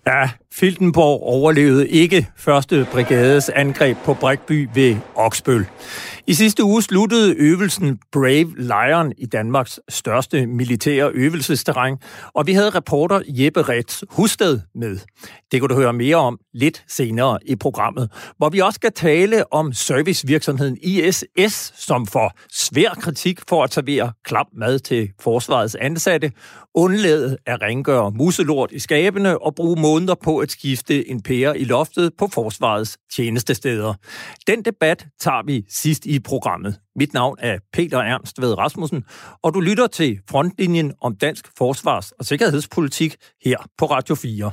Ja, Filtenborg overlevede ikke første brigades angreb på Brækby ved Oksbøl. I sidste uge sluttede øvelsen Brave Lion i Danmarks største militære øvelsesterræn, og vi havde reporter Jeppe Retz Husted med. Det kunne du høre mere om lidt senere i programmet, hvor vi også skal tale om servicevirksomheden ISS, som får svær kritik for at servere klap mad til forsvarets ansatte, undlade at rengøre muselort i skabene og bruge måneder på at skifte en pære i loftet på forsvarets tjenestesteder. Den debat tager vi sidst i programmet. Mit navn er Peter Ernst Ved Rasmussen, og du lytter til Frontlinjen om dansk forsvars- og sikkerhedspolitik her på Radio 4.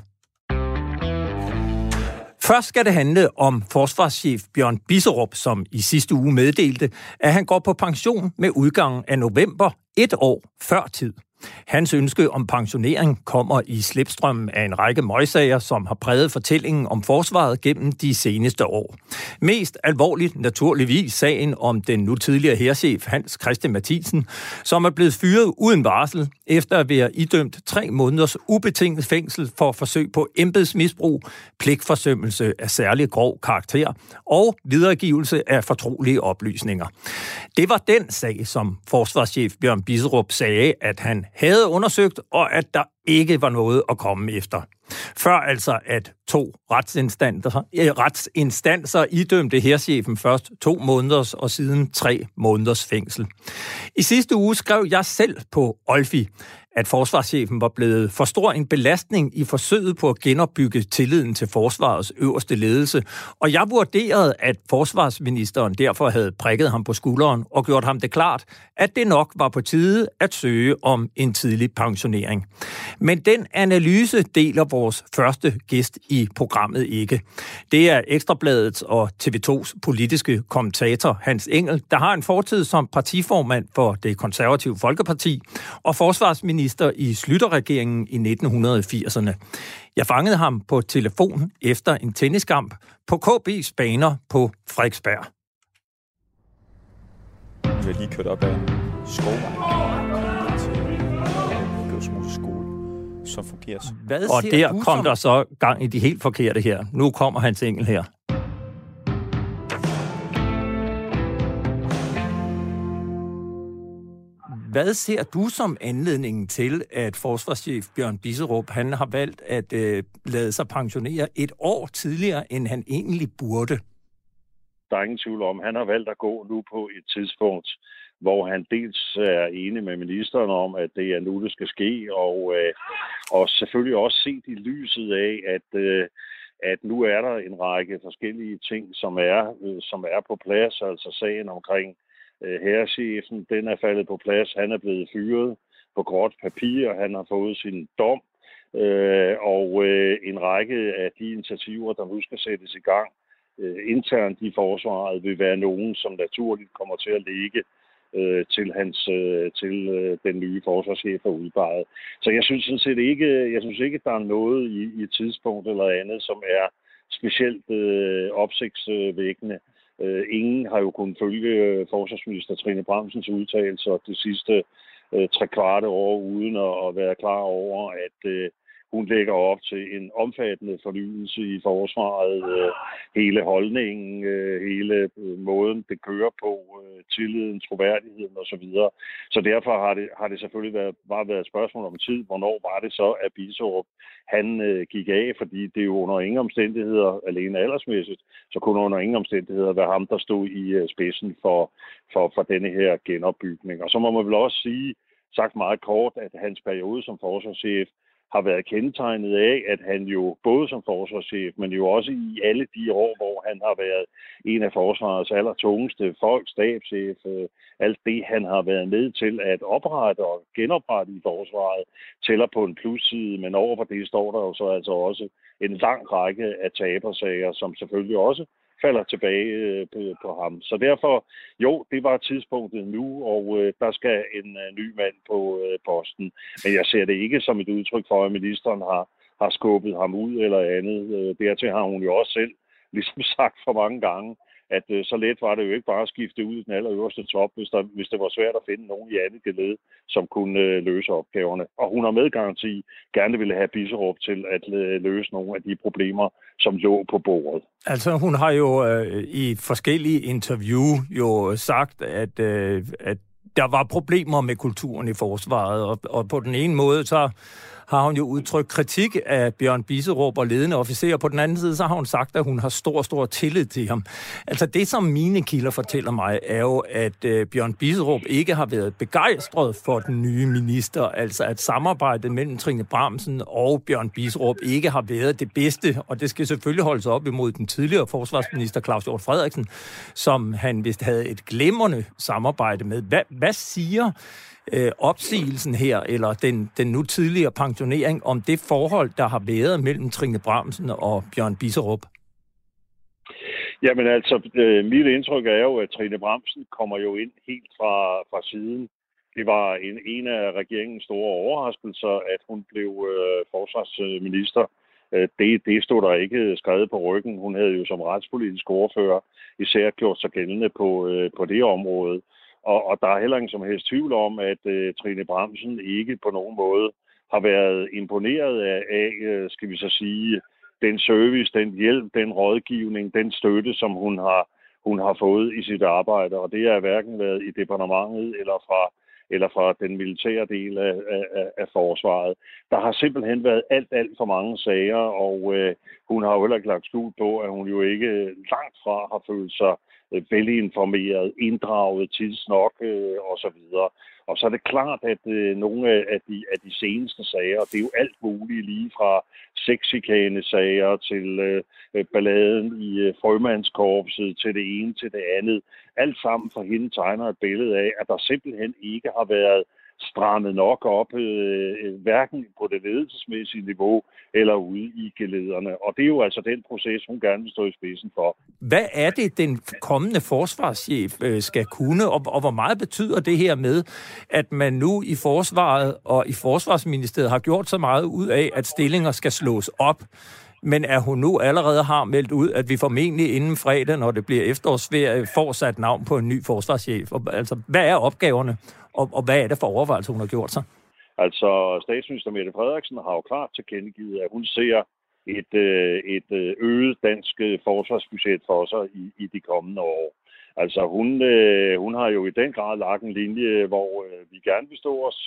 Først skal det handle om forsvarschef Bjørn Bisserup, som i sidste uge meddelte, at han går på pension med udgangen af november, 1 år før tid. Hans ønske om pensionering kommer i slipstrømmen af en række møgsager, som har præget fortællingen om forsvaret gennem de seneste år. Mest alvorligt naturligvis sagen om den nu tidligere hærchef Hans Christian Mathiesen, som er blevet fyret uden varsel efter at være idømt 3 måneders ubetinget fængsel for forsøg på embedsmisbrug, pligtforsømmelse af særlig grov karakter og videregivelse af fortrolige oplysninger. Det var den sag, som forsvarschef Bjørn Bisserup sagde, at han havde undersøgt, og at der ikke var noget at komme efter. Før altså, at 2 retsinstanser idømte hærchefen først 2 måneders og siden 3 måneders fængsel. I sidste uge skrev jeg selv på Olfi, at forsvarschefen var blevet for stor en belastning i forsøget på at genopbygge tilliden til forsvarets øverste ledelse, og jeg vurderede, at forsvarsministeren derfor havde prikket ham på skulderen og gjort ham det klart, at det nok var på tide at søge om en tidlig pensionering. Men den analyse deler vores første gæst i programmet ikke. Det er Ekstrabladets og TV2's politiske kommentator Hans Engel, der har en fortid som partiformand for Det Konservative Folkeparti og forsvarsminister i Schlüter-regeringen i 1980'erne. Jeg fangede ham på telefon efter en tenniskamp på KB's baner på Frederiksberg. Vi har lige kørt op ad Skovvejen til skole, som fungerer. Og der kom der så gang i de helt forkerte her. Nu kommer Hans Engel her. Hvad ser du som anledningen til, at forsvarschef Bjørn Bisserup han har valgt at lade sig pensionere 1 år tidligere, end han egentlig burde? Der er ingen tvivl om, han har valgt at gå nu på et tidspunkt, hvor han dels er enig med ministeren om, at det er nu, det skal ske, og selvfølgelig også set i lyset af, at nu er der en række forskellige ting, som er på plads, altså sagen omkring hærchefen, den er faldet på plads. Han er blevet fyret på gråt papir. Han har fået sin dom. Og en række af de initiativer, der nu skal sættes i gang internt i forsvaret, vil være nogen, som naturligt kommer til at ligge til den nye forsvarschef er udpeget. Så jeg synes sådan set ikke, der er noget i et tidspunkt eller andet, som er specielt opsigtsvækkende. Ingen har jo kunnet følge forsvarsminister Trine Bramsens udtalelser det sidste 3/4 år, uden at være klar over, at hun lægger op til en omfattende fornyelse i forsvaret. Hele holdningen, hele måden, det kører på, tilliden, troværdigheden osv. Så derfor har det selvfølgelig bare været et spørgsmål om tid. Hvornår var det så, at Bisserup han gik af? Fordi det er jo under ingen omstændigheder, alene aldersmæssigt, så kunne under ingen omstændigheder være ham, der stod i spidsen for denne her genopbygning. Og så må man vel også sige, sagt meget kort, at hans periode som forsvarschef har været kendetegnet af, at han jo både som forsvarschef, men jo også i alle de år, hvor han har været en af forsvarets allertungeste folk, stabschef, alt det, han har været med til at oprette og genoprette i forsvaret, tæller på en plusside, men over for det står der jo så altså også en lang række af tabersager, som selvfølgelig også falder tilbage på ham. Så derfor, jo, det var tidspunktet nu, og der skal en ny mand på posten. Men jeg ser det ikke som et udtryk for, at ministeren har skubbet ham ud eller andet. Dertil har hun jo også selv ligesom sagt for mange gange, at så let var det jo ikke bare at skifte ud i den allerøverste top, hvis det var svært at finde nogen i andet geled, som kunne løse opgaverne. Og hun har med garanti gerne ville have Bisserup til at løse nogle af de problemer, som lå på bordet. Altså hun har jo i forskellige interview jo sagt, at der var problemer med kulturen i forsvaret, og på den ene måde så har hun jo udtrykt kritik af Bjørn Bisserup og ledende officerer. På den anden side, så har hun sagt, at hun har stor tillid til ham. Altså det, som mine kilder fortæller mig, er jo, at Bjørn Bisserup ikke har været begejstret for den nye minister. Altså at samarbejdet mellem Trine Bramsen og Bjørn Bisserup ikke har været det bedste. Og det skal selvfølgelig holdes op imod den tidligere forsvarsminister Claus Hjort Frederiksen, som han vist havde et glimrende samarbejde med. Hvad siger opsigelsen her, eller den nu tidligere pensionering, om det forhold, der har været mellem Trine Bramsen og Bjørn Bisserup? Jamen altså, mit indtryk er jo, at Trine Bramsen kommer jo ind helt fra siden. Det var en af regeringens store overraskelser, at hun blev forsvarsminister. Det stod der ikke skrevet på ryggen. Hun havde jo som retspolitisk ordfører især gjort sig gældende på det område. Og der er heller ingen som helst tvivl om, at Trine Bramsen ikke på nogen måde har været imponeret af, skal vi så sige, den service, den hjælp, den rådgivning, den støtte, som hun har fået i sit arbejde. Og det har hverken været i departementet eller fra den militære del af forsvaret. Der har simpelthen været alt for mange sager, og hun har jo heller ikke lagt skjul på, at hun jo ikke langt fra har følt sig velinformeret, inddraget tidsnok osv. Og så er det klart, at nogle af de seneste sager, det er jo alt muligt lige fra sexchikane-sager til balladen i frømandskorpset til det ene til det andet. Alt sammen for hende tegner et billede af, at der simpelthen ikke har været strammet nok op, hverken på det ledelsesmæssige niveau eller ude i gelederne. Og det er jo altså den proces, hun gerne vil stå i spidsen for. Hvad er det, den kommende forsvarschef skal kunne, og hvor meget betyder det her med, at man nu i forsvaret og i forsvarsministeriet har gjort så meget ud af, at stillinger skal slås op, men at hun nu allerede har meldt ud, at vi formentlig inden fredag, når det bliver efterårsferie, får sat navn på en ny forsvarschef? Altså, hvad er opgaverne, og hvad er det for overvejelser, hun har gjort sig? Altså, statsminister Mette Frederiksen har jo klart tilkendegivet, at hun ser et øget dansk forsvarsbudget for sig i de kommende år. Altså, hun har jo i den grad lagt en linje, hvor vi gerne vil stå os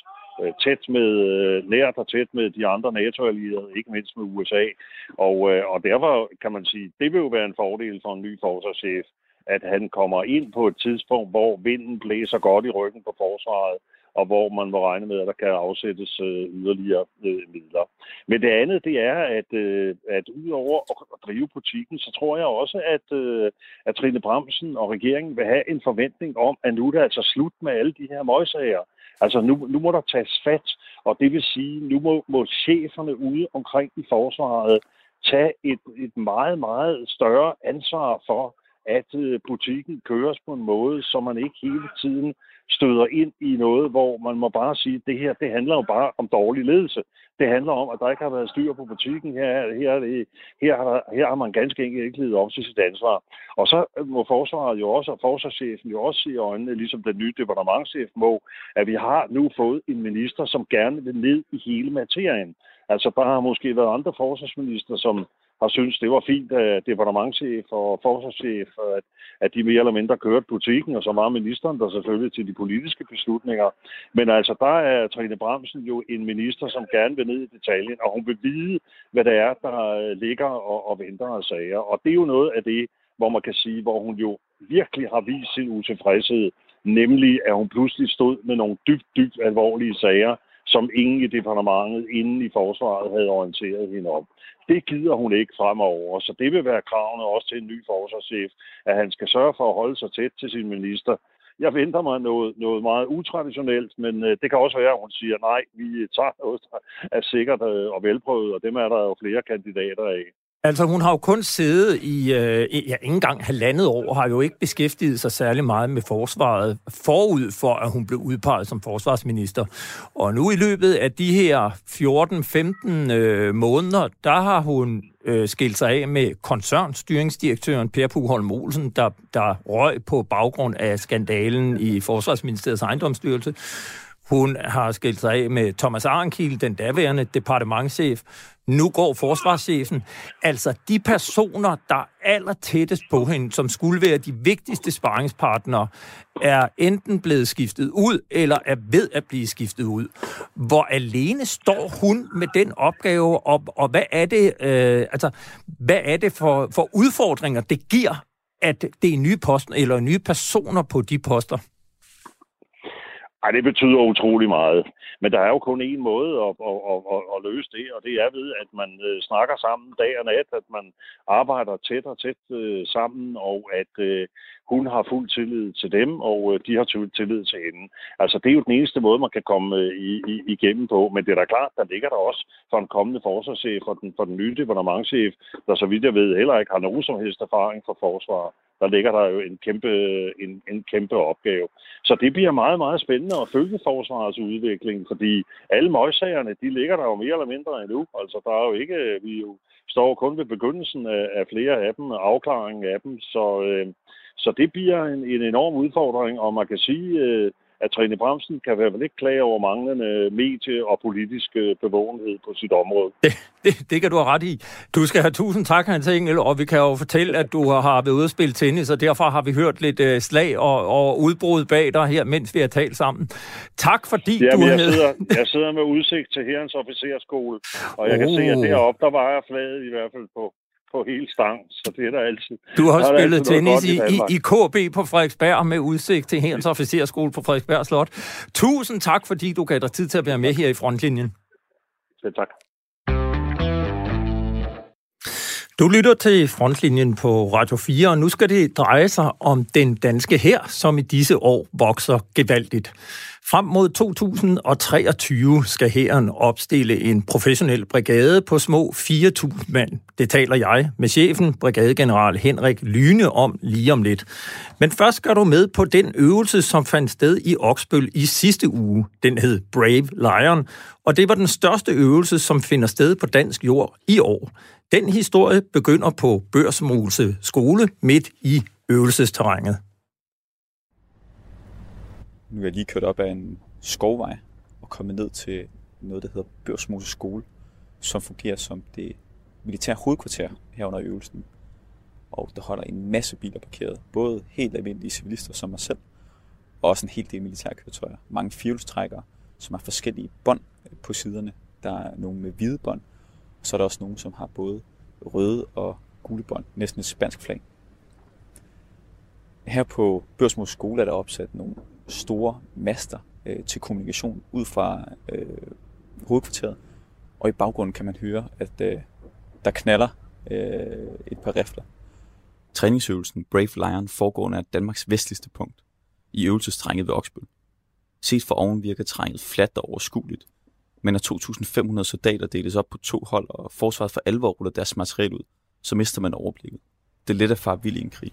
nært og tæt med de andre NATO-allierede, ikke mindst med USA. Og derfor kan man sige, det vil jo være en fordel for en ny forsvarschef, at han kommer ind på et tidspunkt, hvor vinden blæser godt i ryggen på forsvaret, og hvor man må regne med, at der kan afsættes yderligere midler. Men det andet, det er, at udover at drive butikken, så tror jeg også, at Trine Bramsen og regeringen vil have en forventning om, at nu er det altså slut med alle de her møgsager. Altså nu må der tages fat, og det vil sige, nu må cheferne ude omkring i forsvaret tage et meget, meget større ansvar for, at butikken køres på en måde, så man ikke hele tiden støder ind i noget, hvor man må bare sige, at det her, det handler jo bare om dårlig ledelse. Det handler om, at der ikke har været styr på butikken. Her har man ganske enkelt ikke levet op til sit ansvar. Og så må forsvaret jo også, og forsvarschefen jo også se i øjnene, ligesom den nye departementschef må, at vi har nu fået en minister, som gerne vil ned i hele materien. Altså, der har måske været andre forsvarsminister, som har syntes, det var fint, at departementschef og forsvarschef, at de mere eller mindre kørte butikken, og så var ministeren der selvfølgelig til de politiske beslutninger. Men altså, der er Trine Bramsen jo en minister, som gerne vil ned i detaljen, og hun vil vide, hvad det er, der ligger og venter af sager. Og det er jo noget af det, hvor man kan sige, hvor hun jo virkelig har vist sin utilfredshed, nemlig at hun pludselig stod med nogle dybt alvorlige sager, som ingen i departementet inden i forsvaret havde orienteret hende om. Det gider hun ikke fremover, så det vil være kravene også til en ny forsvarschef, at han skal sørge for at holde sig tæt til sin minister. Jeg venter mig noget meget utraditionelt, men det kan også være, at hun siger, nej, vi tager noget, der er sikkert og velprøvet, og dem er der jo flere kandidater af. Altså, hun har jo kun siddet i ikke engang 1,5 år, har jo ikke beskæftiget sig særlig meget med forsvaret forud for, at hun blev udpeget som forsvarsminister. Og nu i løbet af de her 14-15 måneder, der har hun skilt sig af med koncernstyringsdirektøren Per Pugholm Olsen, der røg på baggrund af skandalen i Forsvarsministeriets ejendomsstyrelse. Hun har skilt sig af med Thomas Arenkiel, den daværende departementschef. Nu går forsvarschefen. Altså de personer, der er allertættest på hende, som skulle være de vigtigste sparringspartnere, er enten blevet skiftet ud, eller er ved at blive skiftet ud. Hvor alene står hun med den opgave, og hvad er det, hvad er det for udfordringer, det giver, at det er nye poster, eller nye personer på de poster? Ej, det betyder utrolig meget. Men der er jo kun én måde at løse det, og det er ved, at man snakker sammen dag og nat, at man arbejder tæt og tæt sammen, og at hun har fuld tillid til dem, og de har tillid til hende. Altså, det er jo den eneste måde, man kan komme igennem på, men det er da klart, der ligger der også for en kommende forsvarschef og for den nye departementschef, der så vidt jeg ved heller ikke har nogen som helst erfaring for forsvar. Der ligger der jo en kæmpe opgave. Så det bliver meget, meget spændende at følge forsvarets udvikling, fordi alle møgssagerne, de ligger der jo mere eller mindre endnu. Altså, der er jo ikke, vi jo står kun ved begyndelsen af flere af dem, afklaringen af dem, så det bliver en enorm udfordring, og man kan sige, at Trine Bramsen kan vel ikke klage over manglende medie- og politisk bevågenhed på sit område. Det kan du have ret i. Du skal have 1000 tak, Hans Engel, og vi kan jo fortælle, at du har været ude at spille tennis, og derfor har vi hørt lidt slag og udbrud bag dig her, mens vi har talt sammen. Tak fordi du er med. Jeg sidder med udsigt til Hærens Officersskole, og jeg kan se, at deroppe, der vejer flaget i hvert fald på hele stang, så det er der altid. Du har også spillet tennis i KB på Frederiksberg med udsigt til Hærens Officersskole på Frederiksberg Slot. 1000 tak, fordi du gav dig tid til at være med her i Frontlinjen. Selv tak. Du lytter til Frontlinjen på Radio 4, og nu skal det dreje sig om den danske hær, som i disse år vokser gevaldigt. Frem mod 2023 skal hæren opstille en professionel brigade på små 4.000 mand. Det taler jeg med chefen, brigadegeneral Henrik Lyne, om lige om lidt. Men først skal du med på den øvelse, som fandt sted i Oksbøl i sidste uge. Den hed Brave Lion, og det var den største øvelse, som finder sted på dansk jord i år. Den historie begynder på Børsmose skole midt i øvelsesterrænet. Nu er jeg lige kørt op ad en skovvej og kommet ned til noget, der hedder Børsmose skole, som fungerer som det militære hovedkvarter her under øvelsen. Og der holder en masse biler parkeret, både helt almindelige civilister som mig selv, og også en hel del militærkøretøjer. Mange firehjulstrækkere, som har forskellige bånd på siderne. Der er nogle med hvide bånd, og så er der også nogle, som har både røde og gule bånd, næsten et spansk flag. Her på Børsmose skole er der opsat nogle store master til kommunikation ud fra hovedkvarteret, og i baggrunden kan man høre, at der knaller et par rifler. Træningsøvelsen Brave Lion foregår af Danmarks vestligste punkt i øvelsesterrænet ved Oksbøl. Set fra oven virker terrænet fladt og overskueligt, men når 2.500 soldater deles op på 2 hold, og forsvaret for alvor ruller deres materiel ud, så mister man overblikket. Det er let at fare vild i en krig.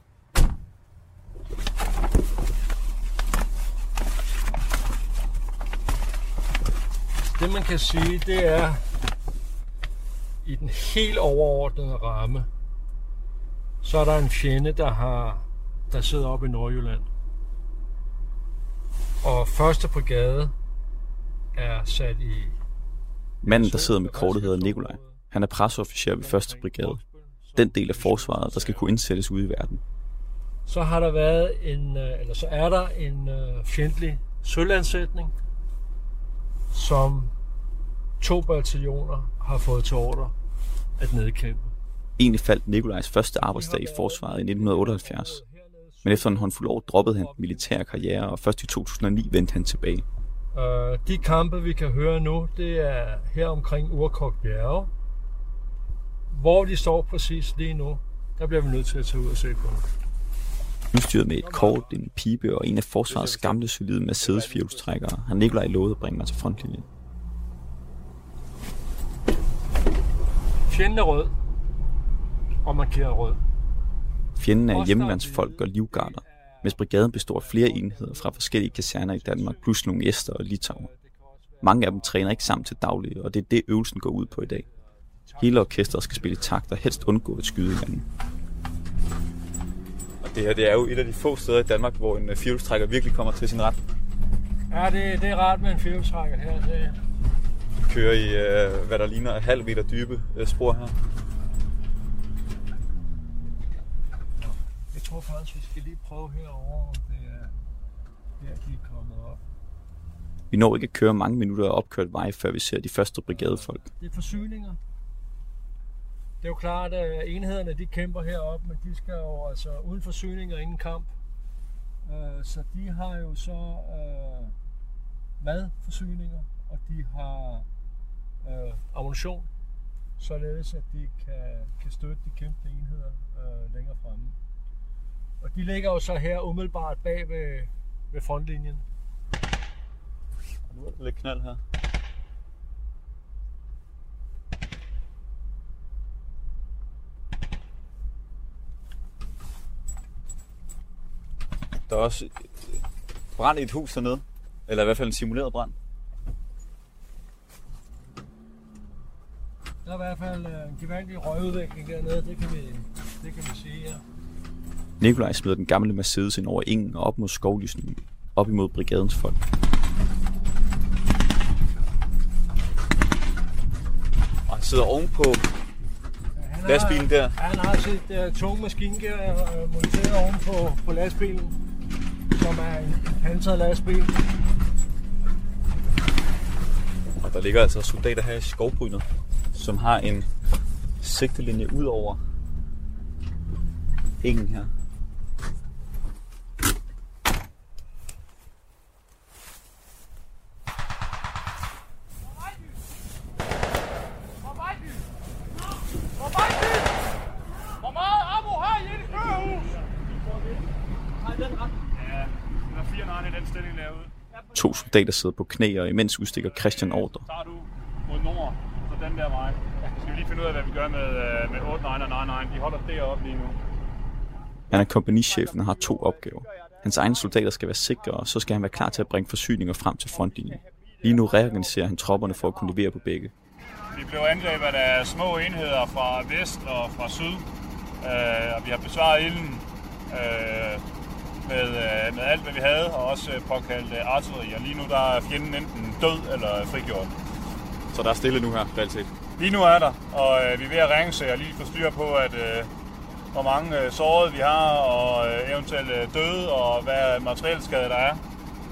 Det man kan sige, det er i den helt overordnede ramme, så er der en fjende, der sidder oppe i Nordjylland. Og 1. brigade er sat i... Manden, der sidder med kortet, hedder Nikolaj. Han er presseofficer ved 1. brigade. Den del af forsvaret, der skal kunne indsættes ude i verden. Så har der været så er der en fjendtlig sølvandsætning, som 2 bataljoner har fået til ordre at nedkæmpe. Egentlig faldt Nikolajs første arbejdsdag i forsvaret i 1978. Men efter en håndfuld år droppede han den militære karriere, og først i 2009 vendte han tilbage. De kampe, vi kan høre nu, det er her omkring Urkok Bjerge. Hvor de står præcis lige nu, der bliver vi nødt til at tage ud og se på. Udstyret med et kort, en pibe og en af forsvarets gamle solide Mercedes firehjulstrækkere har Nikolaj lovet at bringe mig til frontlinjen. Fjenden er rød. og markeret rød. Fjenden er hjemmeværnsfolk og livgarder, mens brigaden består af flere enheder fra forskellige kaserner i Danmark, plus nogle ester og litauer. Mange af dem træner ikke sammen til daglig, og det er det, øvelsen går ud på i dag. Hele orkestret skal spille takt og helst undgå at skyde hinanden. Og det her, det er jo et af de få steder i Danmark, hvor en firehjulstrækker virkelig kommer til sin ret. Ja, det er rart med en firehjulstrækker her. Vi kører i, hvad der ligner et halv meter dybe spor her. Jeg tror faktisk, vi skal lige prøve herovre, om det er her, de er kommet op. Vi når ikke at køre mange minutter af opkørt vej, før vi ser de første brigadefolk. Det er forsyninger. Det er jo klart, at enhederne de kæmper heroppe, men de skal jo altså uden forsyninger ingen kamp. Så de har jo så madforsyninger, og de har ammunition, således at de kan støtte de kæmpende enheder længere fremme. Og de ligger jo så her umiddelbart bag ved frontlinjen. Nu er der lidt knald her. Der er også brand i et hus dernede. Eller i hvert fald en simuleret brand. Der er i hvert fald en gevaldig røgudvikling dernede, det kan vi sige, ja. Nikolaj smider den gamle Mercedes ind over engen og op mod skovlysningen, op imod brigadens folk. Og han sidder ovenpå lastbilen der. Han har sit tunge maskingevær monteret oven på lastbilen, som er en pansret lastbil. Og der ligger altså soldater her i skovbrynet, som har en sigtelinje ud over engen her. To soldater sidder på knæ, og imens udstikker Christian ordre. Tager du mod nord, så den der vej. Skal vi lige finde ud af, hvad vi gør med 8, 9 og 9, 9. De holder deroppe lige nu. Han er kompagnichefen og har 2 opgaver. Hans egne soldater skal være sikre, og så skal han være klar til at bringe forsyninger frem til frontlinjen. Lige nu reorganiserer han tropperne for at kunne levere på begge. Vi blev angrebet af små enheder fra vest og fra syd, og vi har besvaret ilden med alt, hvad vi havde, og også påkaldt artilleri. Og lige nu der er fjenden enten død eller frigjort. Så der er stille nu her, reelt. Lige nu er der, og vi er ved at ringe og lige få styr på, at hvor mange sårede vi har, og eventuelt døde, og hvad materielskade der er.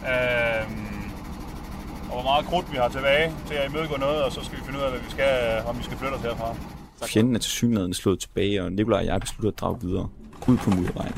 Og hvor meget krudt vi har tilbage til at imødegå noget, og så skal vi finde ud af, hvad vi skal, om vi skal flytte os herfra. Fjenden er tilsyneladende slået tilbage, og Nikolaj og jeg beslutter at drage videre ud på muddervejen.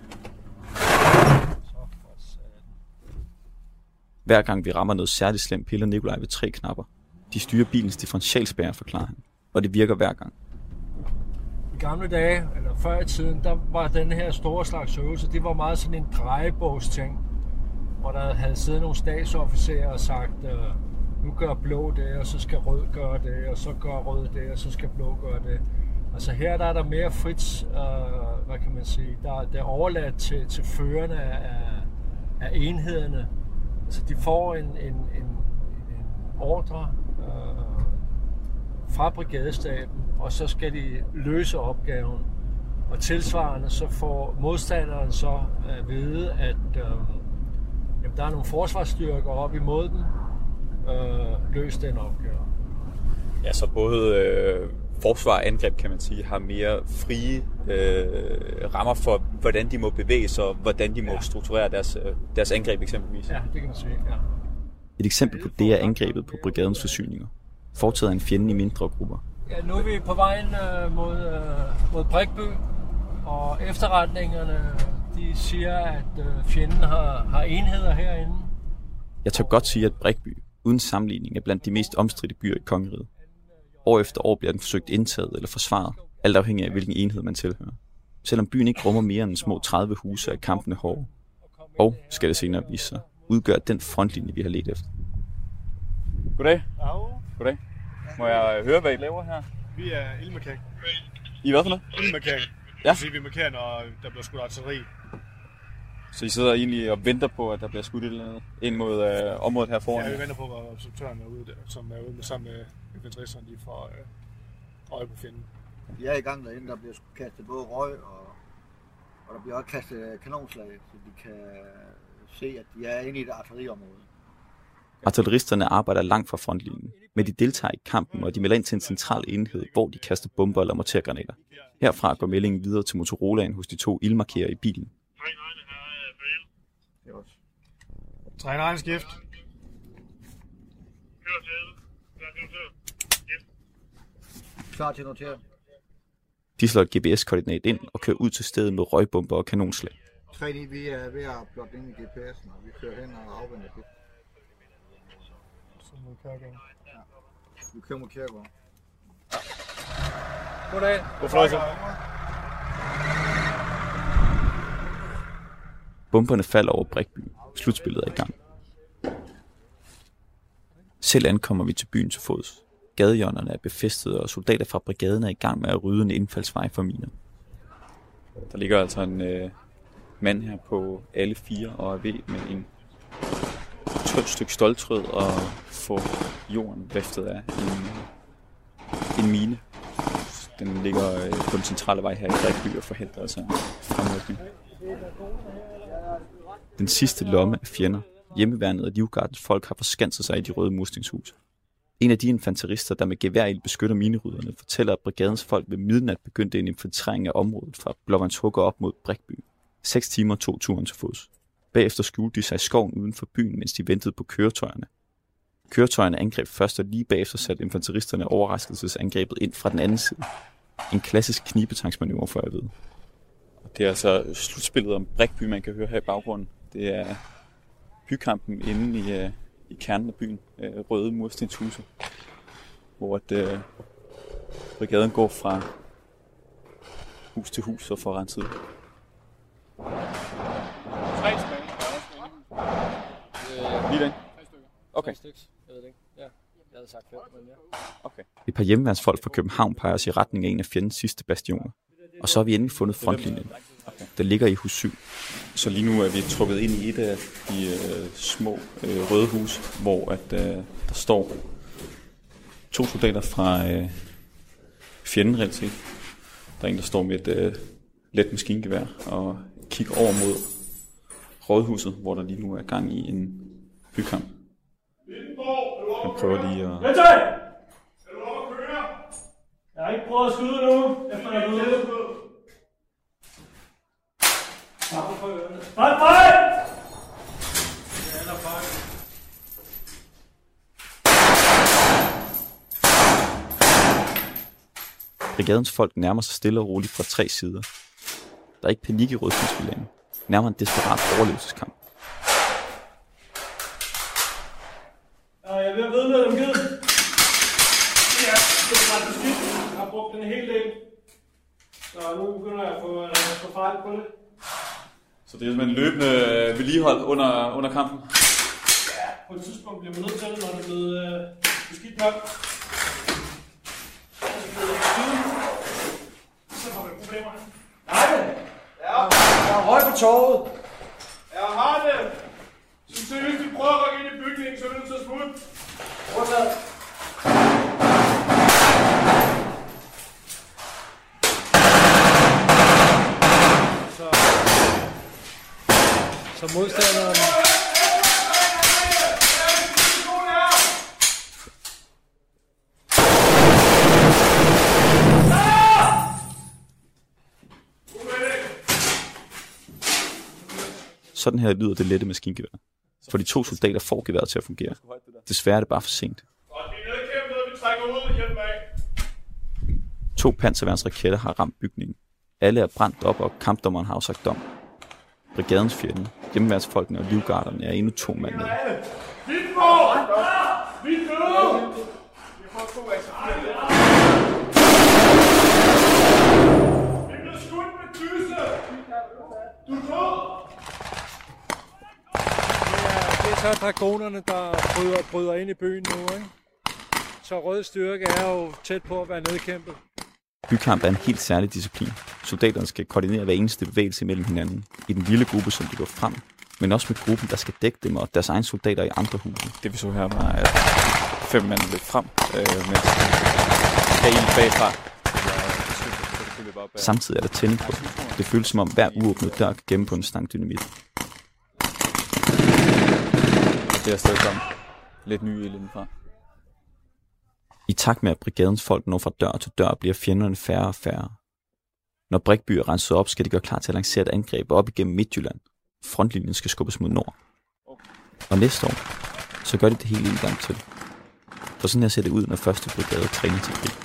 Hver gang vi rammer noget særligt slemt, piller Nikolaj ved 3 knapper. De styrer bilens differentialspærre, forklarer han. Og det virker hver gang. I gamle dage, eller før i tiden, der var den her store slags øvelse, det var meget sådan en drejebogsting, hvor der havde siddet nogle stabsofficerer og sagt, nu gør blå det, og så skal rød gøre det, og så gør rød det, og så skal blå gøre det. Altså her der er der mere frit, hvad kan man sige, der er overladt til førerne af enhederne. Altså de får en ordre fra brigadestaben, og så skal de løse opgaven. Og tilsvarende så får modstanderen så at vide, at der er nogle forsvarsstyrker op imod dem, løse den opgave. Ja, så både forsvar og angreb, kan man sige, har mere frie rammer for, hvordan de må bevæge sig, og hvordan de må strukturere deres angreb eksempelvis. Ja, det kan man sige, ja. Et eksempel på det er angrebet på brigadens forsyninger, foretaget af en fjende i mindre grupper. Ja, nu er vi på vejen mod Brækby, og efterretningerne de siger, at fjenden har enheder herinde. Jeg tør godt sige, at Brækby, uden sammenligning, er blandt de mest omstridte byer i kongeriget. År efter år bliver den forsøgt indtaget eller forsvaret, alt afhængig af hvilken enhed man tilhører. Selvom byen ikke rummer mere end små 30 huse, er kampene hårde. Og, skal det senere vise sig, udgør den frontlinje, vi har let efter. Goddag. Goddag. Må jeg høre, hvad I laver her? Vi er ildmekanik. I hvad for noget? Ildmarkering. Ja. Det vil sige, vi markerer, når der bliver skudt artilleri. Så I sidder egentlig og venter på, at der bliver skudt et eller andet ind mod området her foran? Ja, vi venter på, at observatøren er ude der, som er ude med sammen med infanteristerne lige for øje på fjenden. De er i gang derinde, der bliver kastet både røg og der bliver også kastet kanonslag, så de kan se, at de er inde i et artilleriområde. Artilleristerne arbejder langt fra frontlinjen, men de deltager i kampen, og de melder ind til en central enhed, hvor de kaster bomber eller mortergranater. Herfra går meldingen videre til Motorolaen hos de 2 ildmarkerer i bilen. Træn egen skift. Klar til at notere. De slår et GPS-koordinat ind og kører ud til stedet med røgbomber og kanonslag. 3-9, vi er ved at plotte ind i GPS'en, og vi kører hen og afventer det. Så mod Kærgaard. Ja. Vi kører mod Kærgaard. Goddag. God fornøjelse. Bomberne falder over Brækby. Slutspillet er i gang. Selv ankommer vi til byen til fods. Gadehjørnerne er befæstet, og soldater fra brigaden er i gang med at rydde en indfaldsvej for miner. Der ligger altså en mand her på alle 4 og er ved med en tyndt stykke ståltråd og få jorden viftet af en mine. Den ligger på den centrale vej her i Brækby og forhindrer altså fremrykning. Den sidste lomme af fjender, hjemmeværnet og livgardens folk har forskanset sig i de røde murstenshuse. En af de infanterister, der med geværild beskytter minerydderne, fortæller, at brigadens folk ved midnat begyndte en infiltrering af området fra Blåvandshugger op mod Brækby. 6 timer tog turen til fods. Bagefter skjulte de sig i skoven uden for byen, mens de ventede på køretøjerne. Køretøjerne angreb først, og lige bagefter satte infanteristerne overraskelsesangrebet ind fra den anden side. En klassisk knibetangsmanøvre, for jeg ved. Det er altså slutspillet om Brækby, man kan høre her i baggrunden. Det er bykampen inde i kernen af byen, røde murstenshuse, hvor brigaden går fra hus til hus og får renset. 3 tilbage. Lige den? 3 stykker. Okay. 3 stykker. Jeg ved det ikke. Ja. Jeg havde sagt 5, men ja. Okay. Et par hjemmeværnsfolk fra København peger os i retning af en af fjendens sidste bastioner. Og så har vi endelig fundet frontlinjen. Den ligger i hus 7. Så lige nu er vi trukket ind i et af de små røde hus, hvor der står 2 soldater fra fjenden reelt. Der er en, der står med et let maskingevær og kigger over mod rådhuset, hvor der lige nu er gang i en bykamp. Jeg prøver lige at... Jeg har ikke prøvet at skyde nu, efter jeg er ude. Brigadens folk nærmer sig stille og roligt fra 3 sider. Der er ikke panik i rødstidsbillingen. Nærmere en desperat overlevelseskamp. Jeg er ved at vide noget om givet. Ja, det er ret beskidt. Jeg har brugt den hele del. Så nu begynder jeg at få fejl på det. Så det er simpelthen løbende vedligehold under kampen? Ja, på et tidspunkt bliver man nødt til det, når det er blevet beskidt nok. Så får vi problemer. Nej, jeg har røg på torvet. Jeg har det! Så seriøst, vi prøver at rykke ind i bygningen, så er vi nødt til at smutte. Overtaget. Så modstanderen... Sådan her lyder det lette maskingevær. For de 2 soldater får geværet til at fungere. Desværre er det bare for sent. Vi trækker ud og hjælper af. 2 panserværnsraketter har ramt bygningen. Alle er brændt op, og kampdommeren har afsagt dom. Brigadens fjende, hjemmeværnsfolkene og livgarderne er endnu 2 mand med. Vi døde! Vi får 2 ekstra. Vi bliver skudt med dyse! Du er død! Det er så dragonerne, der bryder ind i byen nu, ikke? Så rød styrke er jo tæt på at være nedkæmpet. Bykamp er en helt særlig disciplin. Soldaterne skal koordinere hver eneste bevægelse mellem hinanden i den lille gruppe, som de går frem, men også med gruppen, der skal dække dem og deres egne soldater i andre huse. Det vi så her var, at 5 mand løb frem, mens der ild bagfra. Samtidig er der tænding på. Det føles som om hver uåbnet dør kan gemme på en stang dynamit. Det er stadig kommet lidt ny ild indenfra. I takt med, at brigadens folk når fra dør til dør, bliver fjenderne færre og færre. Når Brækby er renset op, skal de gøre klar til at lancere et angreb op igennem Midtjylland. Frontlinjen skal skubbes mod nord. Og næste år, så gør de det hele en gang til. For sådan her ser det ud, når første brigade træner til krig.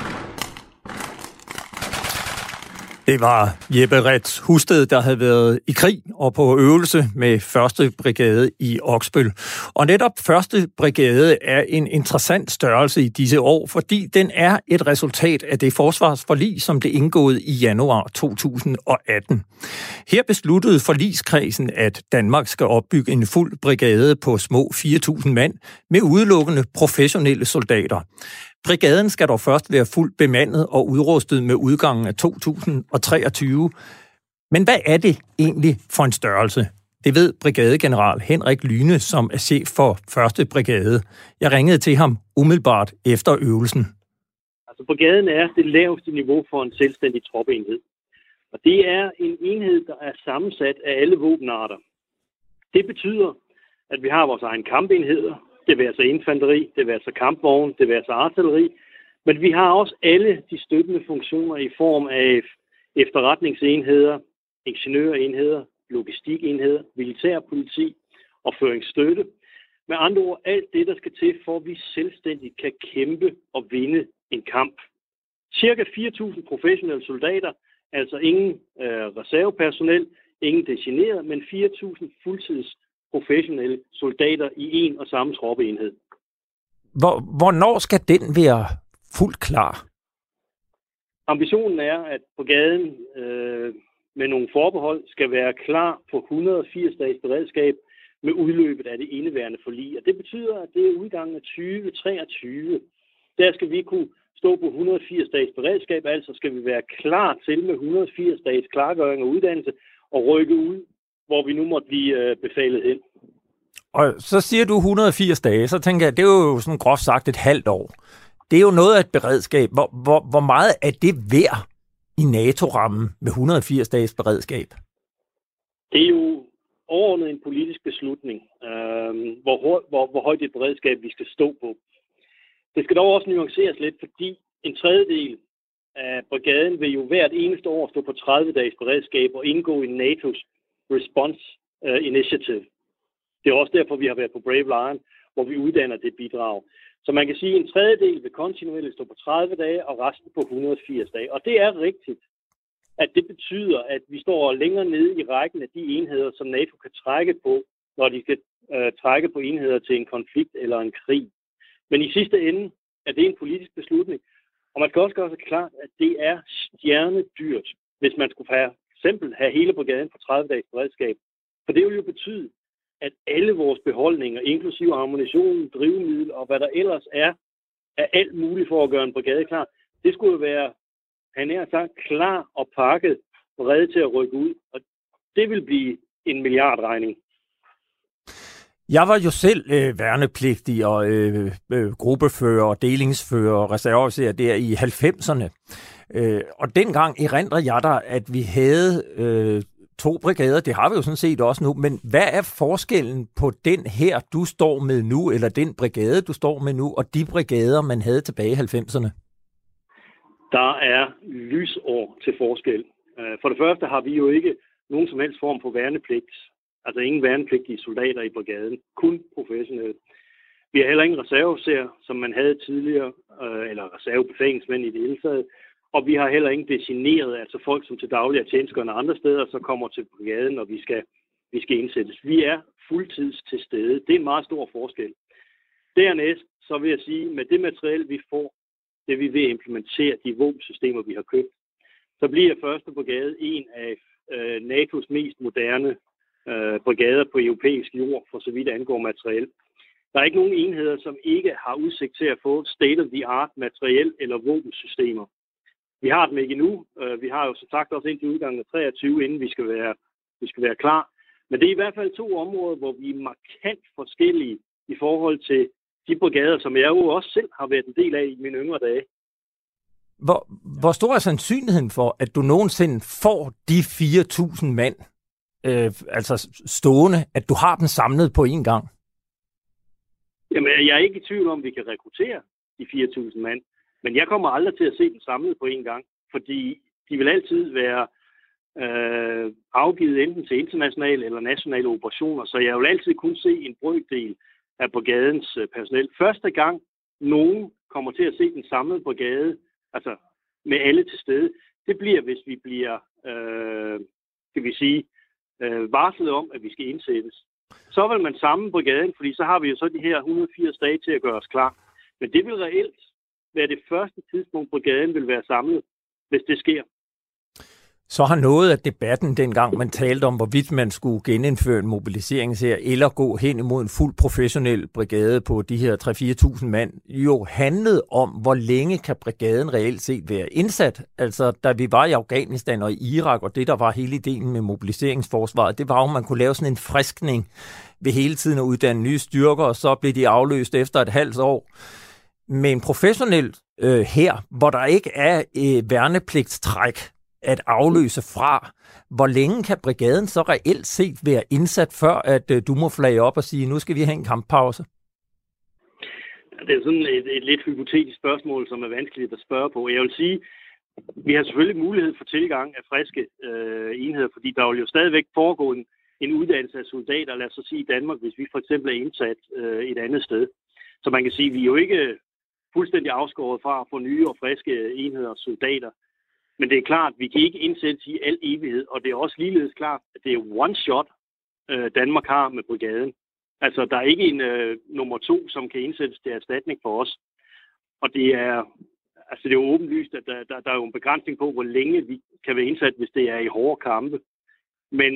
Det var Jeppe Retz Husted, der havde været i krig og på øvelse med 1. brigade i Oksbøl. Og netop 1. brigade er en interessant størrelse i disse år, fordi den er et resultat af det forsvarsforlig, som blev indgået i januar 2018. Her besluttede forligskredsen, at Danmark skal opbygge en fuld brigade på små 4.000 mand med udelukkende professionelle soldater. Brigaden skal dog først være fuldt bemandet og udrustet med udgangen af 2023. Men hvad er det egentlig for en størrelse? Det ved brigadegeneral Henrik Lyne, som er chef for 1. brigade. Jeg ringede til ham umiddelbart efter øvelsen. Altså brigaden er det laveste niveau for en selvstændig troppeenhed. Og det er en enhed, der er sammensat af alle våbenarter. Det betyder, at vi har vores egen kampenheder. Det vil altså infanteri, det vil altså kampvogne, det vil altså artilleri. Men vi har også alle de støttende funktioner i form af efterretningsenheder, ingeniørenheder, logistikenheder, militærpoliti og føringsstøtte. Med andre ord, alt det, der skal til, for at vi selvstændigt kan kæmpe og vinde en kamp. Cirka 4.000 professionelle soldater, altså ingen reservepersonel, ingen designeret, men 4.000 fuldtids professionelle soldater i en og samme troppeenhed. Hvornår skal den være fuldt klar? Ambitionen er, at brigaden med nogle forbehold skal være klar på 180 dages beredskab med udløbet af det indeværende forlig. Og det betyder, at det er udgangen af 2023. Der skal vi kunne stå på 180 dages beredskab, altså skal vi være klar til med 180 dages klargøring og uddannelse og rykke ud, hvor vi nu måtte blive befalet hen. Og så siger du 180 dage, så tænker jeg, det er jo sådan groft sagt et halvt år. Det er jo noget af et beredskab. Hvor meget er det værd i NATO-rammen med 180 dages beredskab? Det er jo overordnet en politisk beslutning, hvor højt et beredskab vi skal stå på. Det skal dog også nuanceres lidt, fordi en tredjedel af brigaden vil jo hvert eneste år stå på 30 dages beredskab og indgå i NATO's Response Initiative. Det er også derfor, vi har været på Brave Lion, hvor vi uddanner det bidrag. Så man kan sige, at en tredjedel vil kontinuerligt stå på 30 dage, og resten på 180 dage. Og det er rigtigt, at det betyder, at vi står længere nede i rækken af de enheder, som NATO kan trække på, når de skal trække på enheder til en konflikt eller en krig. Men i sidste ende er det en politisk beslutning. Og man skal også gøre sig klart, at det er stjernedyrt, hvis man skulle for eksempel have hele brigaden på 30 dages beredskab. For det vil jo betyde, at alle vores beholdninger, inklusive ammunition, drivmiddel og hvad der ellers er alt muligt for at gøre en brigade klar, det skulle jo være, han er sagt, klar og pakket og reddet til at rykke ud. Og det vil blive en milliardregning. Jeg var jo selv værnepligtig og gruppefører og delingsfører og reserveofficer der i 90'erne. Og dengang erindrer jeg der, at vi havde 2 brigader. Det har vi jo sådan set også nu. Men hvad er forskellen på den her, du står med nu, eller den brigade, du står med nu, og de brigader, man havde tilbage i 90'erne? Der er lysår til forskel. For det første har vi jo ikke nogen som helst form for værnepligt. Altså ingen værnepligtige soldater i brigaden. Kun professionelle. Vi har heller ingen reserveofficer, som man havde tidligere, eller reservebefalingsmænd i det hele taget. Og vi har heller ingen designeret, altså folk, som til daglig er tjenestgørende andre steder, så kommer til brigaden, når vi skal indsættes. Vi er fuldtids til stede. Det er en meget stor forskel. Dernæst, så vil jeg sige, med det materiel, vi får, det vi vil implementere, de våbensystemer, vi har købt, så bliver 1. brigade en af NATO's mest moderne brigader på europæisk jord, for så vidt angår materiel. Der er ikke nogen enheder, som ikke har udsigt til at få state-of-the-art materiel eller våbensystemer. Vi har dem ikke endnu. Vi har jo som sagt også indtil udgangen af 23, inden vi skal være klar. Men det er i hvert fald 2 områder, hvor vi er markant forskellige i forhold til de brigader, som jeg jo også selv har været en del af i mine yngre dage. Hvor stor er sandsynligheden for, at du nogensinde får de 4.000 mand, altså stående, at du har dem samlet på én gang? Jamen, jeg er ikke i tvivl om, at vi kan rekruttere de 4.000 mand, men jeg kommer aldrig til at se dem samlet på én gang, fordi de vil altid være afgivet enten til internationale eller nationale operationer, så jeg vil altid kun se en brøkdel af brigadens personel. Første gang nogen kommer til at se den samlede brigade, altså med alle til stede, det bliver, hvis vi bliver, varslet om, at vi skal indsættes. Så vil man samle brigaden, fordi så har vi jo så de her 180 dage til at gøre os klar. Men det vil reelt være det første tidspunkt, brigaden vil være samlet, hvis det sker. Så har noget af debatten dengang, man talte om, hvorvidt man skulle genindføre en mobiliseringsserie eller gå hen imod en fuld professionel brigade på de her 3-4.000 mand, jo handlede om, hvor længe kan brigaden reelt set være indsat. Altså, da vi var i Afghanistan og i Irak, og det, der var hele ideen med mobiliseringsforsvaret, det var jo, at man kunne lave sådan en friskning ved hele tiden at uddanne nye styrker, og så blev de afløst efter et halvt år. Med en professionel hær, hvor der ikke er værnepligtstræk at afløse fra, hvor længe kan brigaden så reelt set være indsat, før at du må flage op og sige, nu skal vi have en kamppause? Det er sådan et lidt hypotetisk spørgsmål, som er vanskeligt at spørge på. Jeg vil sige, vi har selvfølgelig mulighed for tilgang af friske enheder, fordi der vil jo stadigvæk foregå en uddannelse af soldater, lad os så sige i Danmark, hvis vi for eksempel er indsat et andet sted. Så man kan sige, at vi er jo ikke fuldstændig afskåret fra at få nye og friske enheder og soldater. Men det er klart, at vi kan ikke indsættes i al evighed, og det er også ligeledes klart, at det er one shot, Danmark har med brigaden. Altså, der er ikke en nummer 2, som kan indsættes til erstatning for os. Og det er jo åbenlyst, at der er jo en begrænsning på, hvor længe vi kan være indsat, hvis det er i hårde kampe. Men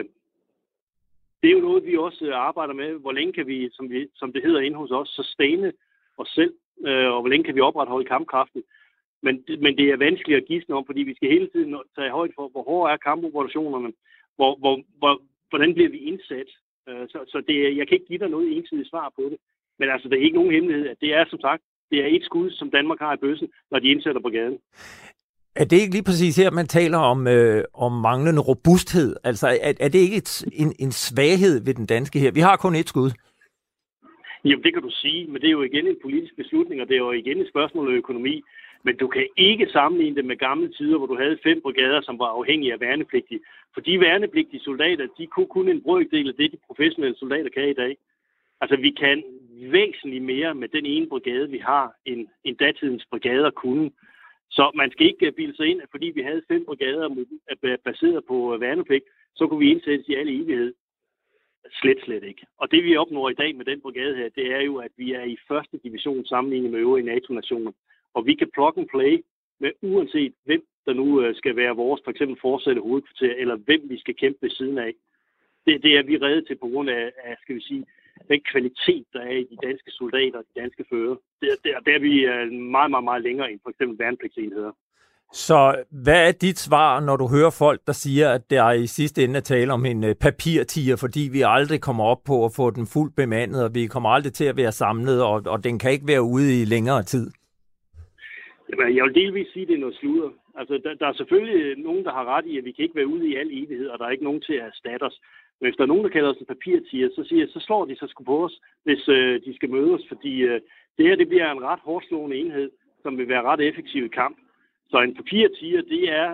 det er jo noget, vi også arbejder med. Hvor længe kan vi, som det hedder inde hos os, sustaine os selv, og hvor længe kan vi opretholde kampkraften. Men det er vanskeligt at gisne om, fordi vi skal hele tiden tage højde for, hvor hårde er kampoperationerne, hvordan bliver vi indsat. Så jeg kan ikke give dig noget ensidigt svar på det. Men altså, det er ikke nogen hemmelighed, at det er som sagt, det er et skud, som Danmark har i bøssen, når de indsætter brigaden. Er det ikke lige præcis her, man taler om manglende robusthed? Altså, er det ikke en svaghed ved den danske her? Vi har kun et skud. Jamen, det kan du sige, men det er jo igen en politisk beslutning, og det er jo igen et spørgsmål om økonomi. Men du kan ikke sammenligne det med gamle tider, hvor du havde 5 brigader, som var afhængige af værnepligtige. For de værnepligtige soldater, de kunne kun en brøkdel af det, de professionelle soldater kan i dag. Altså, vi kan væsentligt mere med den ene brigade, vi har, end datidens brigader kunne. Så man skal ikke bilde sig ind, at fordi vi havde 5 brigader baseret på værnepligt, så kunne vi indsættes i al evighed. Slet ikke. Og det, vi opnår i dag med den brigade her, det er jo, at vi er i første division sammenlignet med øvrige NATO-nationer. Og vi kan plug and play med uanset hvem der nu skal være vores, for eksempel fortsætte hovedkvarter, eller hvem vi skal kæmpe ved siden af. Det er vi reddet til på grund af, skal vi sige, den kvalitet, der er i de danske soldater og de danske fører. Der er vi meget, meget, meget længere end for eksempel værnepligtsenheder. Så hvad er dit svar, når du hører folk, der siger, at der i sidste ende er tale om en papirtiger, fordi vi aldrig kommer op på at få den fuldt bemandet, og vi kommer aldrig til at være samlet, og den kan ikke være ude i længere tid? Jamen, jeg vil delvis sige, at det er noget sludder. Altså, der er selvfølgelig nogen, der har ret i, at vi kan ikke være ude i al evighed, og der er ikke nogen til at erstatte os. Men hvis der er nogen, der kalder os en papirtiger, så slår de sig sgu på os, hvis de skal møde os, fordi det her det bliver en ret hårdslående enhed, som vil være ret effektiv i kamp. Så en papirtiger, det er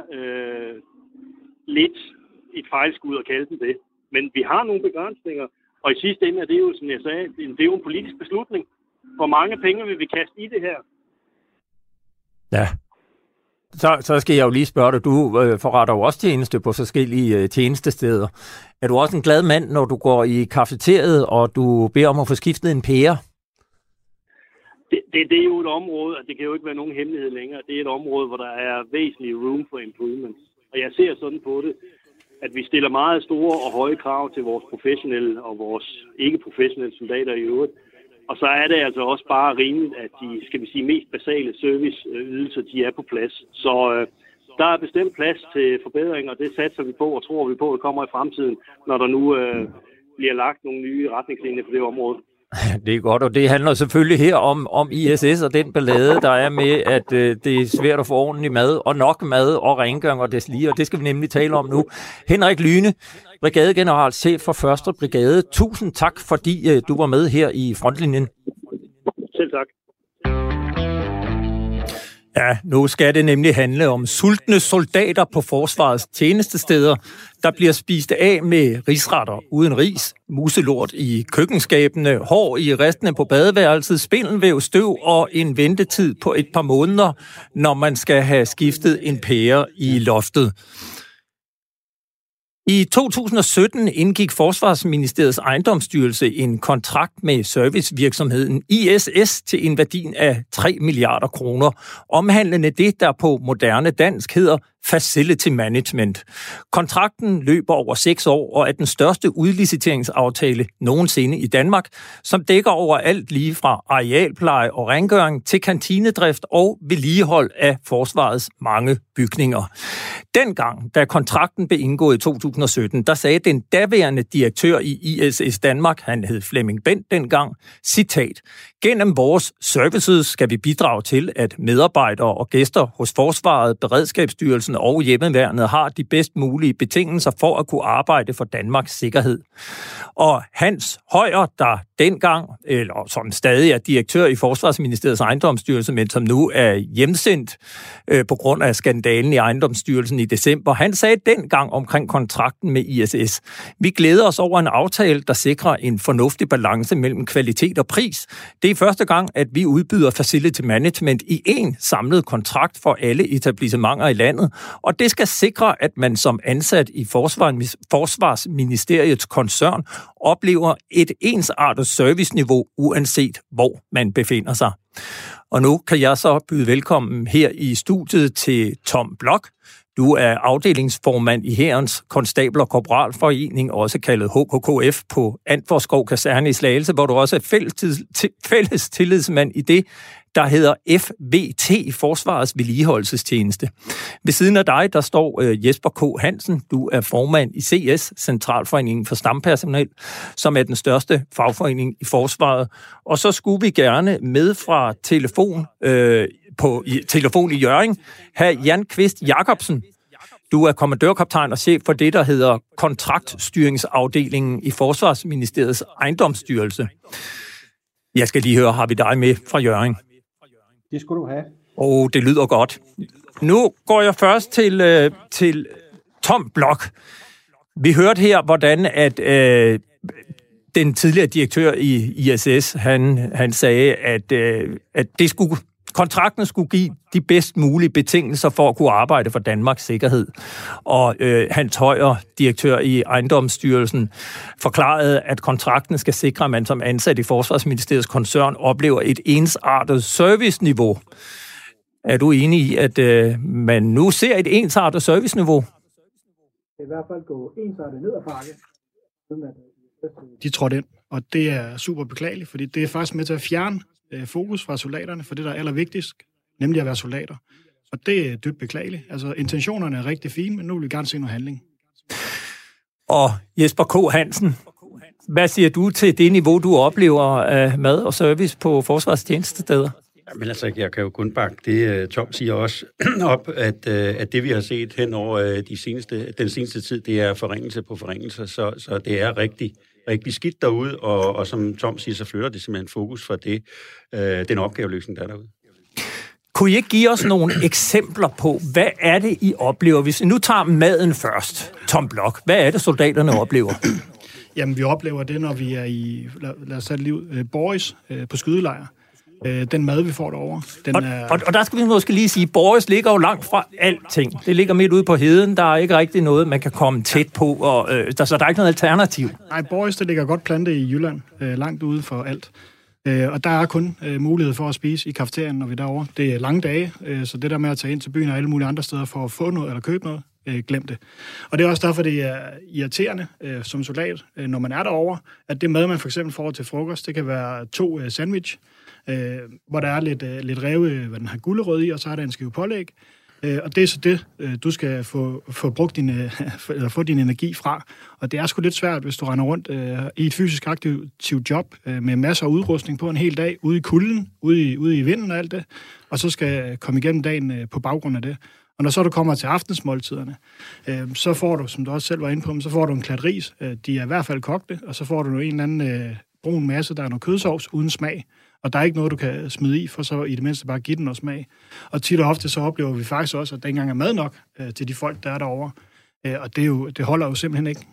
lidt et fejlskud at kalde den det. Men vi har nogle begrænsninger, og i sidste ende er det jo, som jeg sagde, det er jo en politisk beslutning. Hvor mange penge vil vi kaste i det her? Ja, så skal jeg jo lige spørge dig. Du forretter jo også tjeneste på forskellige tjenestesteder. Er du også en glad mand, når du går i kafeteriet, og du beder om at få skiftet en pære? Det er jo et område, og det kan jo ikke være nogen hemmelighed længere. Det er et område, hvor der er væsentlig room for improvement. Og jeg ser sådan på det, at vi stiller meget store og høje krav til vores professionelle og vores ikke-professionelle soldater i øvrigt. Og så er det altså også bare rimeligt, at de, skal vi sige, mest basale serviceydelser, de er på plads. Så der er bestemt plads til forbedringer, og det satser vi på og tror vi på, at kommer i fremtiden, når der nu bliver lagt nogle nye retningslinjer på det område. Det er godt, og det handler selvfølgelig her om ISS og den ballade, der er med, at det er svært at få ordentlig mad, og nok mad og rengøring og deslige, og det skal vi nemlig tale om nu. Henrik Lyne, brigadegeneral, chef for 1. brigade. Tusind tak, fordi du var med her i frontlinjen. Selv tak. Ja, nu skal det nemlig handle om sultne soldater på forsvarets tjenestesteder, der bliver spist af med risretter uden ris, muselort i køkkenskabene, hår i restene på badeværelset, spindelvæv, støv og en ventetid på et par måneder, når man skal have skiftet en pære i loftet. I 2017 indgik Forsvarsministeriets ejendomsstyrelse en kontrakt med servicevirksomheden ISS til en værdi af 3 milliarder kroner, omhandlende det, der på moderne dansk hedder Facility Management. Kontrakten løber over 6 år og er den største udliciteringsaftale nogensinde i Danmark, som dækker over alt lige fra arealpleje og rengøring til kantinedrift og vedligehold af forsvarets mange bygninger. Dengang, da kontrakten blev indgået i 2017, der sagde den daværende direktør i ISS Danmark, han hed Flemming Bent dengang, citat: "Gennem vores services skal vi bidrage til, at medarbejdere og gæster hos Forsvaret, Beredskabsstyrelsen og Hjemmeværnet har de bedst mulige betingelser for at kunne arbejde for Danmarks sikkerhed." Og Hans Højer, der dengang, eller som stadig er direktør i Forsvarsministeriets ejendomsstyrelse, men som nu er hjemsendt på grund af skandalen i ejendomsstyrelsen i december, han sagde dengang omkring kontrakten med ISS: "Vi glæder os over en aftale, der sikrer en fornuftig balance mellem kvalitet og pris. Det er første gang, at vi udbyder Facility Management i én samlet kontrakt for alle etablissementer i landet, og det skal sikre, at man som ansat i Forsvarsministeriets koncern oplever et ensartet serviceniveau, uanset hvor man befinder sig." Og nu kan jeg så byde velkommen her i studiet til Tom Blok. Du er afdelingsformand i Hærens Konstabel- og Korporalforening, også kaldet HKKF, på Antvorskov Kaserne i Slagelse, hvor du også er fælles tillidsmand i det, der hedder FVT, Forsvarets Vedligeholdelsestjeneste. Ved siden af dig, der står Jesper K. Hansen. Du er formand i CS, Centralforeningen for Stampersonel, som er den største fagforening i Forsvaret. Og så skulle vi gerne med fra telefon i Hjørring have Jan Kvist Jacobsen. Du er kommandørkaptajn og chef for det, der hedder kontraktstyringsafdelingen i Forsvarsministeriets ejendomsstyrelse. Jeg skal lige høre, har vi dig med fra Hjørring? Det skulle du have. Det lyder godt. Nu går jeg først til Tom Blok. Vi hørte her, hvordan at den tidligere direktør i ISS, han sagde, at kontrakten skulle give de bedst mulige betingelser for at kunne arbejde for Danmarks sikkerhed. Og Hans Højer, direktør i ejendomsstyrelsen, forklarede, at kontrakten skal sikre, at man som ansat i Forsvarsministeriets koncern oplever et ensartet serviceniveau. Er du enig i, at man nu ser et ensartet serviceniveau? Det er i hvert fald gå ensartet ned ad bakke. De trådte ind, og det er super beklageligt, fordi det er faktisk med til at fjerne fokus fra soldaterne, for det, der er allervigtigst, nemlig at være soldater. Og det er dybt beklageligt. Altså, intentionerne er rigtig fine, men nu vil vi gerne se noget handling. Og Jesper K. Hansen, hvad siger du til det niveau, du oplever af mad og service på forsvarstjenestesteder? Men altså, jeg kan jo kun bakke det, Tom siger også op, at det, vi har set hen over den seneste tid, det er forringelse på forringelse, så det er rigtig skidt derude, og som Tom siger, så flytter det simpelthen fokus fra den opgaveløsning, der er derude. Kunne I ikke give os nogle eksempler på, hvad er det, I oplever? Hvis I nu tager maden først, Tom Blok, hvad er det, soldaterne oplever? Jamen, vi oplever det, når vi er i, lad os sætte livet, Boris på skydelejr. Den mad, vi får derovre. Og der skal vi måske lige sige, Boris ligger jo langt fra alting. Det ligger midt ude på heden. Der er ikke rigtig noget, man kan komme tæt på, så der er ikke noget alternativ. Nej, Boris, det ligger godt plantet i Jylland, langt ude for alt. Og der er kun mulighed for at spise i kafeterien, når vi er derovre. Det er lange dage, så det der med at tage ind til byen og alle mulige andre steder for at få noget eller købe noget, glem det. Og det er også derfor, det er irriterende som soldat, når man er derovre, at det mad, man for eksempel får til frokost, det kan være 2 sandwich, hvor der er lidt revet, hvad den har gulerød i, og så er der en skive pålæg. Og det er så det, du skal få brugt få din energi fra. Og det er sgu lidt svært, hvis du render rundt i et fysisk aktivt job med masser af udrustning på en hel dag, ude i kulden, ude i vinden og alt det, og så skal komme igennem dagen på baggrund af det. Og når så du kommer til aftensmåltiderne, så får du, som du også selv var inde på, så får du en klat ris. De er i hvert fald kogte, og så får du en eller anden brun masse, der er noget kødsovs uden smag. Og der er ikke noget, du kan smide i, for så i det mindste bare give den noget smag. Og tit og ofte så oplever vi faktisk også, at der ikke engang er mad nok til de folk, der er derovre. Og det holder jo simpelthen ikke.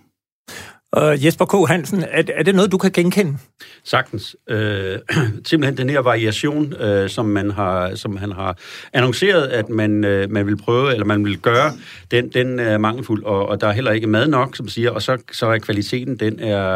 Jesper K. Hansen, er det noget, du kan genkende? Sagtens. Simpelthen den her variation, som han har annonceret, at man vil prøve, eller man vil gøre, den er mangelfuld, og der er heller ikke mad nok, som siger, og så er kvaliteten, den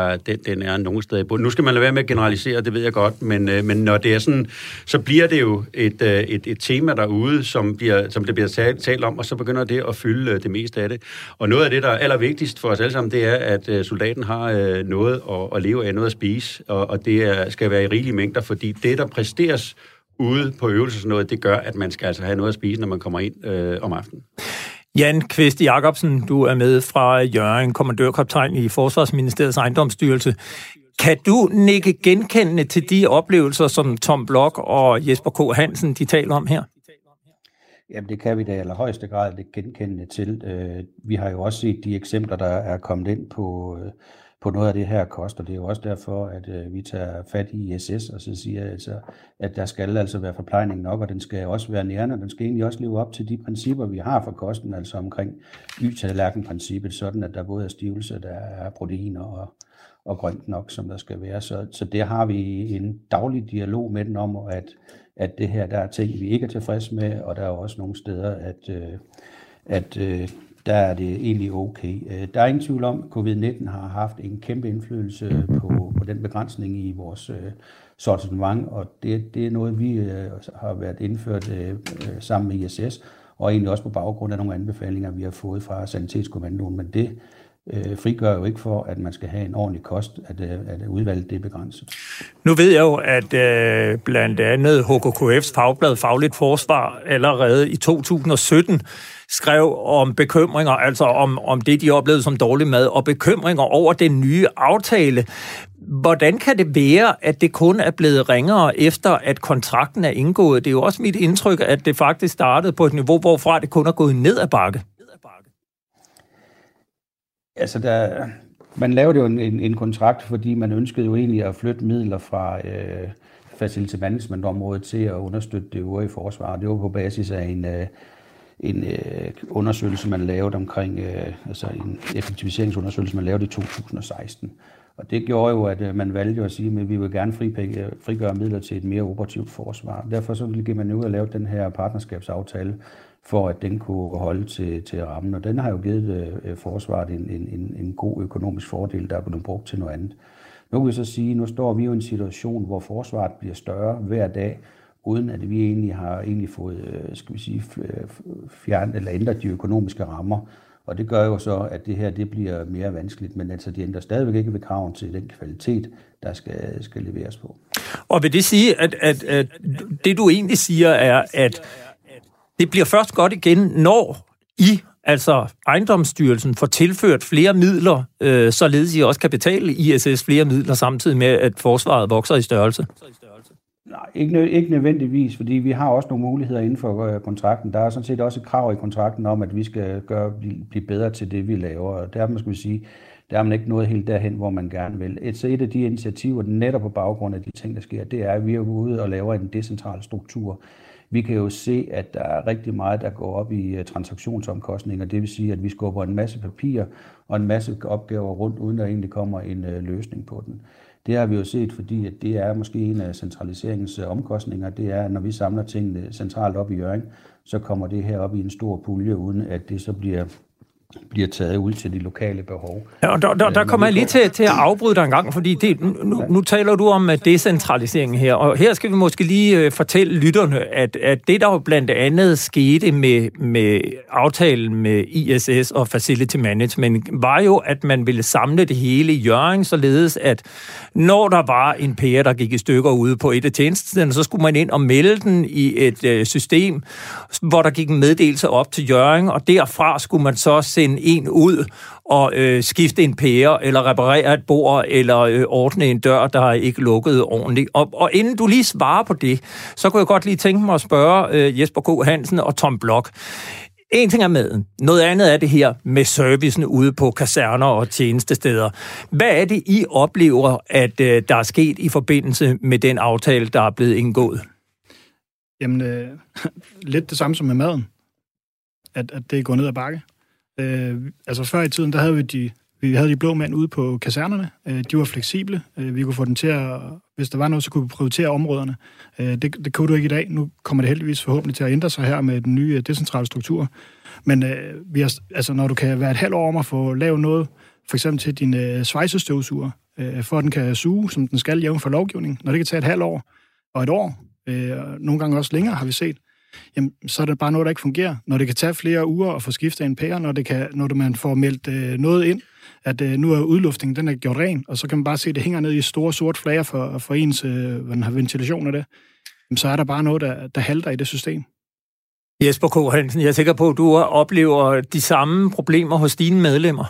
er nogen steder i bund. Nu skal man lade være med at generalisere, det ved jeg godt, men når det er sådan, så bliver det jo et tema derude, som det bliver talt om, og så begynder det at fylde det meste af det. Og noget af det, der er allervigtigst for os alle sammen, det er, at soldaten har noget at leve af, noget at spise, og det skal være i rigelige mængder, fordi det, der præsteres ude på øvelser sådan noget, det gør, at man skal altså have noget at spise, når man kommer ind om aftenen. Jan Kvist Jacobsen, du er med fra Hjørring, kommandørkaptajn i Forsvarsministeriets ejendomsstyrelse. Kan du nikke genkendende til de oplevelser, som Tom Blok og Jesper K. Hansen, de taler om her? Jamen, det kan vi da i allerhøjeste grad det genkendende til. Vi har jo også set de eksempler, der er kommet ind på noget af det her kost, og det er jo også derfor, at vi tager fat i ISS og så siger, altså, at der skal altså være forplejning nok, og den skal også være nærende, og den skal egentlig også leve op til de principper, vi har for kosten, altså omkring y-tallerken-princippet, sådan at der både er stivelse, der er proteiner og grønt nok, som der skal være. Så det har vi en daglig dialog med den om, at det her, der er ting, vi ikke er tilfredse med, og der er også nogle steder, at der er det egentlig okay. Der er ingen tvivl om, at covid-19 har haft en kæmpe indflydelse på den begrænsning i vores sortiment, og det er noget, vi har været indført sammen med ISS, og egentlig også på baggrund af nogle anbefalinger, vi har fået fra Sanitetskommandoen, men det frigør jo ikke for, at man skal have en ordentlig kost, at udvalget det er begrænset. Nu ved jeg jo, at blandt andet HKKF's fagblad Fagligt Forsvar allerede i 2017 skrev om bekymringer, altså om det, de oplevede som dårlig mad, og bekymringer over den nye aftale. Hvordan kan det være, at det kun er blevet ringere efter, at kontrakten er indgået? Det er jo også mit indtryk, at det faktisk startede på et niveau, hvorfra det kun er gået ned ad bakke. Altså, man lavede jo en kontrakt, fordi man ønskede jo egentlig at flytte midler fra facility management-området til at understøtte det øvrige forsvar. Det var på basis af en undersøgelse, man lavede omkring, altså en effektiviseringsundersøgelse, man lavede i 2016. Og det gjorde jo, at man valgte at sige, at vi vil gerne frigøre midler til et mere operativt forsvar. Derfor så ville man ud og lave den her partnerskabsaftale, for at den kunne holde til rammen. Og den har jo givet forsvaret en god økonomisk fordel, der er blevet brugt til noget andet. Nu kan vi så sige, nu står vi jo i en situation, hvor forsvaret bliver større hver dag, uden at vi egentlig har fået, fjernet eller ændret de økonomiske rammer. Og det gør jo så, at det her det bliver mere vanskeligt, men altså de ændrer stadigvæk ikke ved kraven til den kvalitet, der skal leveres på. Og vil det sige, at det du egentlig siger er, at det bliver først godt igen, når altså ejendomsstyrelsen, får tilført flere midler, således I også kan betale ISS flere midler, samtidig med, at forsvaret vokser i størrelse? Nej, ikke nødvendigvis, fordi vi har også nogle muligheder inden for kontrakten. Der er sådan set også et krav i kontrakten om, at vi skal blive bedre til det, vi laver. Og der skal vi sige, der er man ikke nået helt derhen, hvor man gerne vil. Et af de initiativer, netop på baggrund af de ting, der sker, det er, at vi er ude og laver en decentral struktur. Vi kan jo se, at der er rigtig meget, der går op i transaktionsomkostninger. Det vil sige, at vi skubber en masse papir og en masse opgaver rundt, uden der egentlig kommer en løsning på den. Det har vi jo set, fordi at det er måske en af centraliseringens omkostninger. Det er, at når vi samler tingene centralt op i Hjørring, så kommer det her op i en stor pulje, uden at det så bliver bliver taget ud til de lokale behov. Ja, og der kommer jeg lige til at afbryde dig en gang, fordi nu taler du om decentralisering her, og her skal vi måske lige fortælle lytterne, at det, der jo blandt andet skete med aftalen med ISS og Facility Management, var jo, at man ville samle det hele i Hjørring, således at når der var en pære, der gik i stykker ude på et af tjenestestederne, så skulle man ind og melde den i et system, hvor der gik en meddelelse op til Hjørring, og derfra skulle man så sende en ud og skifte en pære, eller reparere et bord, eller ordne en dør, der er ikke lukket ordentligt. Og inden du lige svarer på det, så kunne jeg godt lige tænke mig at spørge Jesper K. Hansen og Tom Blok. En ting er maden. Noget andet er det her med servicen ude på kaserner og tjenestesteder. Hvad er det, I oplever, at der er sket i forbindelse med den aftale, der er blevet indgået? Jamen, lidt det samme som med maden. At det går ned ad bakke. Altså før i tiden, der havde vi havde de blå mænd ude på kasernerne. De var fleksible. Vi kunne få dem til at, hvis der var noget, så kunne vi prioritere områderne. Det kunne du ikke i dag. Nu kommer det heldigvis forhåbentlig til at ændre sig her med den nye decentrale struktur. Men når du kan være et halvt år om at få lavet noget, for eksempel til din svejsestøvsuger, for at den kan suge, som den skal jævn for lovgivning, når det kan tage et halvt år og et år, nogle gange også længere, har vi set, jamen, så er det bare noget, der ikke fungerer. Når det kan tage flere uger at få skiftet en pære, når man får meldt noget ind, at nu er udluftningen, den er gjort ren, og så kan man bare se, at det hænger ned i store sorte flager for ens hvad den har ventilation af det, jamen, så er der bare noget, der halter i det system. Jesper K. Hansen, jeg er sikker på, at du oplever de samme problemer hos dine medlemmer.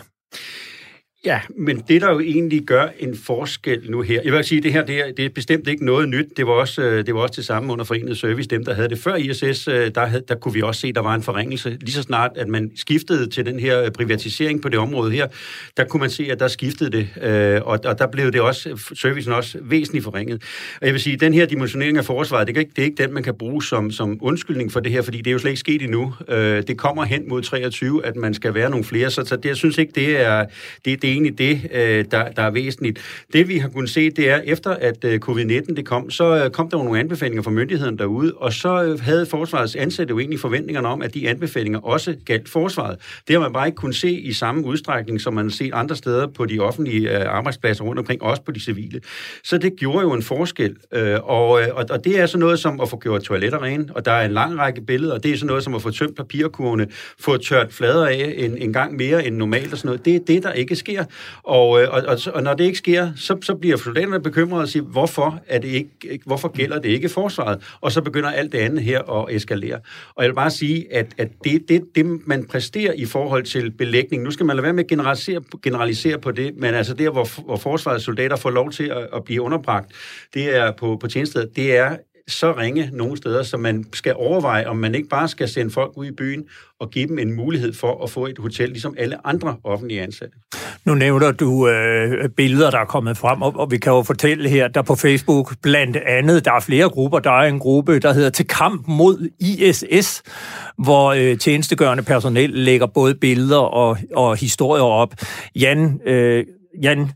Ja, men det, der jo egentlig gør en forskel nu her, jeg vil sige, det er bestemt ikke noget nyt. Det var også det samme under Forenet Service. Dem, der havde det før ISS, der kunne vi også se, der var en forringelse. Lige så snart, at man skiftede til den her privatisering på det område her, der kunne man se, at der skiftede det, og der blev det også, servicen også væsentligt forringet. Og jeg vil sige, den her dimensionering af forsvaret, det er ikke den, man kan bruge som undskyldning for det her, fordi det er jo slet ikke sket endnu. Det kommer hen mod 23, at man skal være nogle flere, så det, jeg synes ikke, det er egentlig det, der er væsentligt. Det, vi har kunnet se, det er, efter at covid-19 det kom, så kom der nogle anbefalinger fra myndighederne derude, og så havde forsvarets ansatte jo egentlig forventningerne om, at de anbefalinger også galt forsvaret. Det har man bare ikke kunnet se i samme udstrækning, som man har set andre steder på de offentlige arbejdspladser rundt omkring, også på de civile. Så det gjorde jo en forskel, og det er sådan noget som at få gjort toiletter rene, og der er en lang række billeder, og det er sådan noget som at få tømt papirkurvene, få tørt flader af en gang mere end normalt og sådan noget. Det er det, der ikke sker. Og når det ikke sker, så bliver soldaterne bekymrede og siger, hvorfor gælder det ikke forsvaret? Og så begynder alt det andet her at eskalere. Og jeg vil bare sige, at det man præsterer i forhold til belægning, nu skal man lade være med at generalisere på det, men altså der, hvor forsvarets soldater får lov til at blive underbragt, det er på tjenestedet, det er så ringe nogle steder, så man skal overveje, om man ikke bare skal sende folk ud i byen og give dem en mulighed for at få et hotel, ligesom alle andre offentlige ansatte. Nu nævner du billeder, der er kommet frem, og vi kan jo fortælle her, der på Facebook blandt andet, der er flere grupper. Der er en gruppe, der hedder Til kamp mod ISS, hvor tjenestegørende personel lægger både billeder og historier op. Jan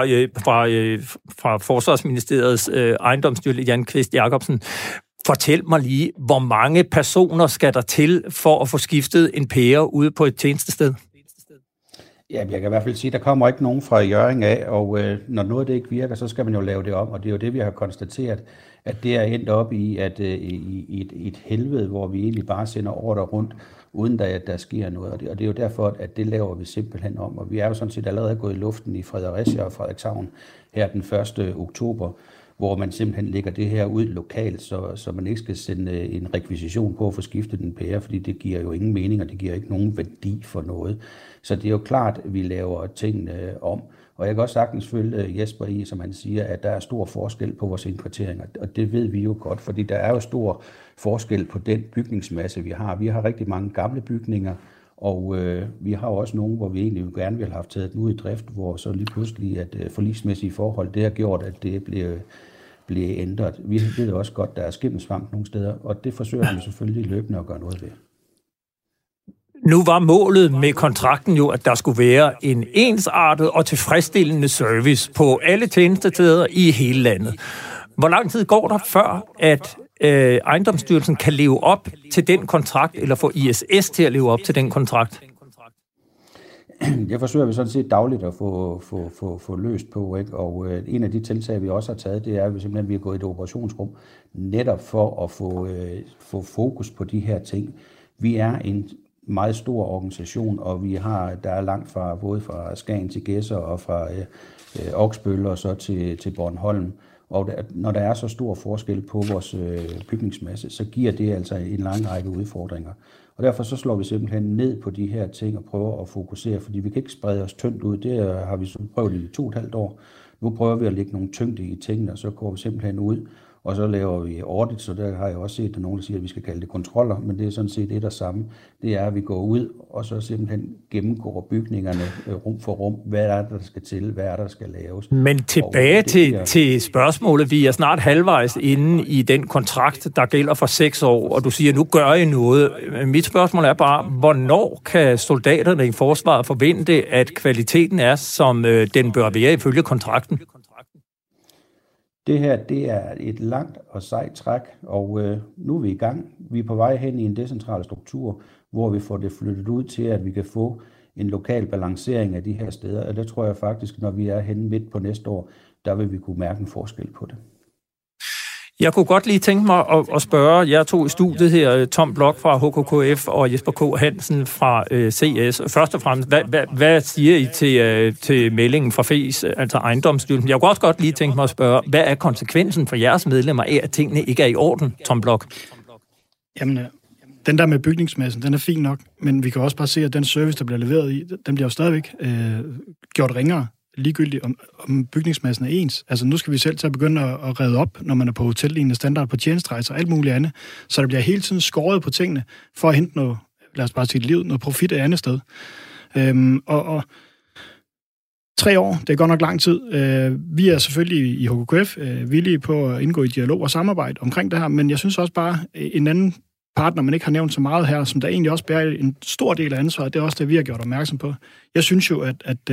fra Forsvarsministeriets ejendomsstyrelse, Jan Kvist Jacobsen. Fortæl mig lige, hvor mange personer skal der til for at få skiftet en pære ude på et tjenestested? Ja, jeg kan i hvert fald sige, at der kommer ikke nogen fra Hjørring af, og når noget af det ikke virker, så skal man jo lave det om, og det er jo det, vi har konstateret, at det er endt op i, at i et helvede, hvor vi egentlig bare sender ordre rundt, uden der sker noget, og det er jo derfor, at det laver vi simpelthen om, og vi er jo sådan set allerede gået i luften i Fredericia og Frederikshavn her den 1. oktober, hvor man simpelthen lægger det her ud lokalt, så man ikke skal sende en rekvisition på at få skiftet den pære, fordi det giver jo ingen mening, og det giver ikke nogen værdi for noget. Så det er jo klart, at vi laver tingene om. Og jeg kan også sagtens følge Jesper i, som han siger, at der er stor forskel på vores indkvarteringer. Og det ved vi jo godt, fordi der er jo stor forskel på den bygningsmasse, vi har. Vi har rigtig mange gamle bygninger, og vi har også nogle, hvor vi egentlig gerne vil have haft taget den ud i drift, hvor så lige pludselig at forligsmæssige forhold, det har gjort, at det blev ændret. Vi ved også godt, at der er skimmelsvamp nogle steder, og det forsøger vi selvfølgelig løbende at gøre noget ved. Nu var målet med kontrakten jo, at der skulle være en ensartet og tilfredsstillende service på alle tjenestesteder i hele landet. Hvor lang tid går der før, at ejendomsstyrelsen kan leve op til den kontrakt, eller få ISS til at leve op til den kontrakt? jeg forsøger vi sådan set dagligt at få løst på, ikke? Og en af de tiltag, vi også har taget, det er, at vi simpelthen er gået i et operationsrum, netop for at få fokus på de her ting. Vi er en meget stor organisation, og der er langt fra, både fra Skagen til Gedser og fra Oksbøl og så til Bornholm. Og når der er så stor forskel på vores bygningsmasse, så giver det altså en lang række udfordringer. Og derfor så slår vi simpelthen ned på de her ting og prøver at fokusere, fordi vi kan ikke sprede os tyndt ud. Det har vi prøvet i 2,5 år. Nu prøver vi at lægge nogle tyngde i tingene, og så går vi simpelthen ud, og så laver vi audit, så der har jeg også set, at nogen der siger, at vi skal kalde det kontroller, men det er sådan set det der samme. Det er, at vi går ud, og så simpelthen gennemgår bygningerne rum for rum. Hvad er det, der skal til? Hvad er der skal laves? Men tilbage til spørgsmålet. Vi er snart halvvejs inde i den kontrakt, der gælder for 6 år, og du siger, nu gør I noget. Mit spørgsmål er bare, hvornår kan soldaterne i forsvaret forvente, at kvaliteten er, som den bør være ifølge kontrakten? Det her, det er et langt og sejt træk, og nu er vi i gang. Vi er på vej hen i en decentral struktur, hvor vi får det flyttet ud til, at vi kan få en lokal balancering af de her steder. Og det tror jeg faktisk, når vi er henne midt på næste år, der vil vi kunne mærke en forskel på det. Jeg kunne godt lige tænke mig at spørge jer to i studiet her, Tom Blok fra HKKF og Jesper K. Hansen fra CS. Først og fremmest, hvad siger I til meldingen fra FES, altså ejendomsstyrelsen? Jeg kunne også godt lige tænke mig at spørge, hvad er konsekvensen for jeres medlemmer af, at tingene ikke er i orden, Tom Blok? Jamen, den der med bygningsmassen, den er fin nok, men vi kan også bare se, at den service, der bliver leveret i, den bliver jo stadigvæk gjort ringere. Ligegyldigt om bygningsmassen er ens. Altså nu skal vi selv til at begynde at redde op, når man er på hotellignende standard på tjenestrejser og alt muligt andet. Så der bliver hele tiden skåret på tingene for at hente noget, lad os bare sige liv, noget profit et andet sted. Og 3 år, det er godt nok lang tid. Vi er selvfølgelig i HKKF villige på at indgå i dialog og samarbejde omkring det her, men jeg synes også bare, en anden partner, man ikke har nævnt så meget her, som der egentlig også bærer en stor del af ansvaret, det er også det, vi har gjort opmærksom på. Jeg synes jo, at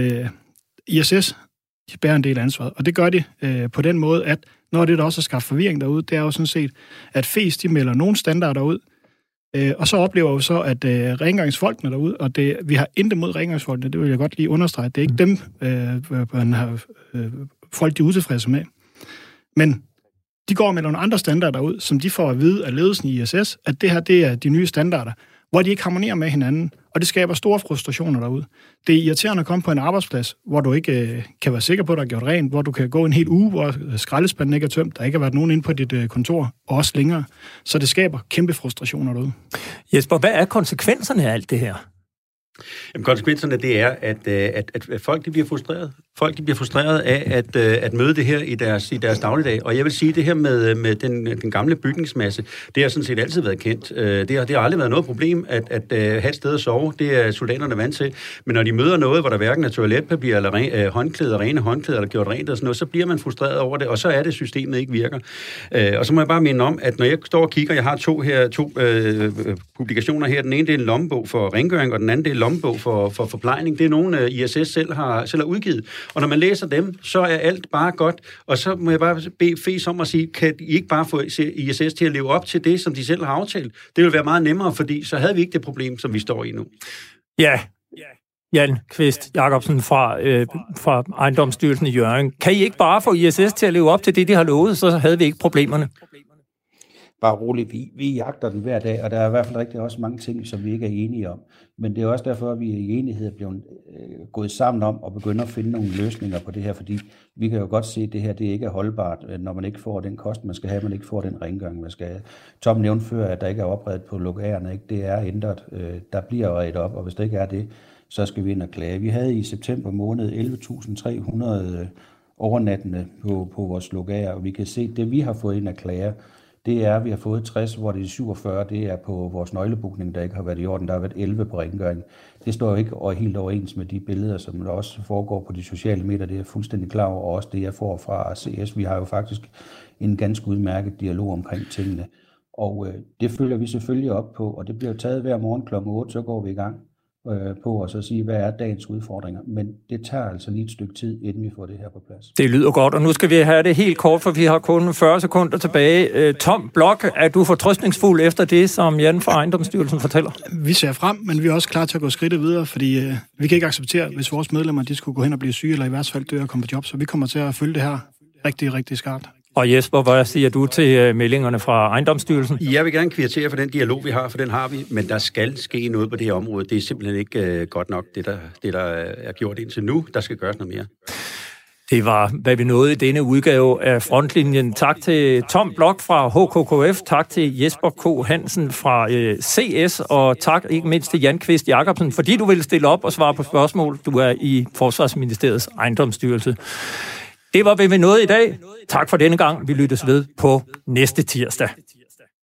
ISS de bærer en del af ansvaret, og det gør de på den måde, at når det, der også har skabt forvirring derude, det er jo sådan set, at FES, de melder nogle standarder ud, og så oplever vi så, at rengøringsfolkene derude, og vi har intet mod rengøringsfolkene, det vil jeg godt lige understrege, det er ikke dem, man har folk de er utilfredse med, men de går med nogle andre standarder ud, som de får at vide af ledelsen i ISS, at det her, det er de nye standarder, hvor de ikke harmonerer med hinanden, og det skaber store frustrationer derude. Det er irriterende at komme på en arbejdsplads, hvor du ikke kan være sikker på, at der er gjort rent, hvor du kan gå en hel uge, hvor skraldespanden ikke er tømt, der ikke har været nogen inde på dit kontor, og også længere. Så det skaber kæmpe frustrationer derude. Jesper, hvad er konsekvenserne af alt det her? Jamen, konsekvenserne, det er, at folk de bliver frustreret. Folk de bliver frustreret af at møde det her i deres dagligdag. Og jeg vil sige, det her med den gamle bygningsmasse, det har sådan set altid været kendt. Det har aldrig været noget problem at have et sted at sove. Det er soldaterne vant til. Men når de møder noget, hvor der hverken er toiletpapir eller håndklæder, rene håndklæder, eller gjort rent og sådan noget, så bliver man frustreret over det, og så er det, systemet ikke virker. Og så må jeg bare minde om, at når jeg står og kigger, jeg har to publikationer her. Den ene, det er en lommebog for rengøring, og den anden, det er en lommebog for forplejning. Det er nogen, ISS selv har udgivet. Og når man læser dem, så er alt bare godt. Og så må jeg bare bede FES om at sige, kan I ikke bare få ISS til at leve op til det, som de selv har aftalt? Det vil være meget nemmere, fordi så havde vi ikke det problem, som vi står i nu. Ja. Jan Kvist Jacobsen fra Ejendomsstyrelsen i Hjørring. Kan I ikke bare få ISS til at leve op til det, de har lovet, så havde vi ikke problemerne? Bare roligt, vi jagter den hver dag, og der er i hvert fald rigtig også mange ting, som vi ikke er enige om. Men det er også derfor, at vi i enighed er blevet gået sammen om at begynde at finde nogle løsninger på det her, fordi vi kan jo godt se, at det her det ikke er holdbart, når man ikke får den kost, man skal have, man ikke får den rengøring, man skal have. Tom nævnte før, at der ikke er oprettet på lokalerne, ikke? Det er ændret. Der bliver rettet op, og hvis det ikke er det, så skal vi ind og klage. Vi havde i september måned 11.300 overnattende på vores lokaler, og vi kan se, at det vi har fået ind af klager, det er, at vi har fået 60, hvor det er 47, det er på vores nøglebukning, der ikke har været i orden. Der har været 11 på rengøring. Det står jo ikke helt overens med de billeder, som der også foregår på de sociale medier. Det er fuldstændig klar over, og også det, jeg får fra CS. Vi har jo faktisk en ganske udmærket dialog omkring tingene. Og det følger vi selvfølgelig op på, og det bliver taget hver morgen kl. 8, så går vi i gang. på at så sige, hvad er dagens udfordringer. Men det tager altså lige et stykke tid, inden vi får det her på plads. Det lyder godt, og nu skal vi have det helt kort, for vi har kun 40 sekunder tilbage. Tom Blok, er du fortrøstningsfuld efter det, som Jan fra Ejendomsstyrelsen fortæller? Vi ser frem, men vi er også klar til at gå skridtet videre, fordi vi kan ikke acceptere, hvis vores medlemmer de skulle gå hen og blive syge, eller i hvert fald dø og komme på job. Så vi kommer til at følge det her rigtig, rigtig skarpt. Og Jesper, hvad siger du til meldingerne fra Ejendomsstyrelsen? Jeg vil gerne kvittere for den dialog, vi har, for den har vi, men der skal ske noget på det her område. Det er simpelthen ikke godt nok, det der er gjort indtil nu. Der skal gøres noget mere. Det var, hvad vi nåede i denne udgave af Frontlinjen. Tak til Tom Blok fra HKKF, tak til Jesper K. Hansen fra CS, og tak ikke mindst til Jan Kvist Jacobsen, fordi du ville stille op og svare på spørgsmål. Du er i Forsvarsministeriets ejendomsstyrelse. Det var, hvad vi nåede i dag. Tak for denne gang. Vi lyttes ved på næste tirsdag.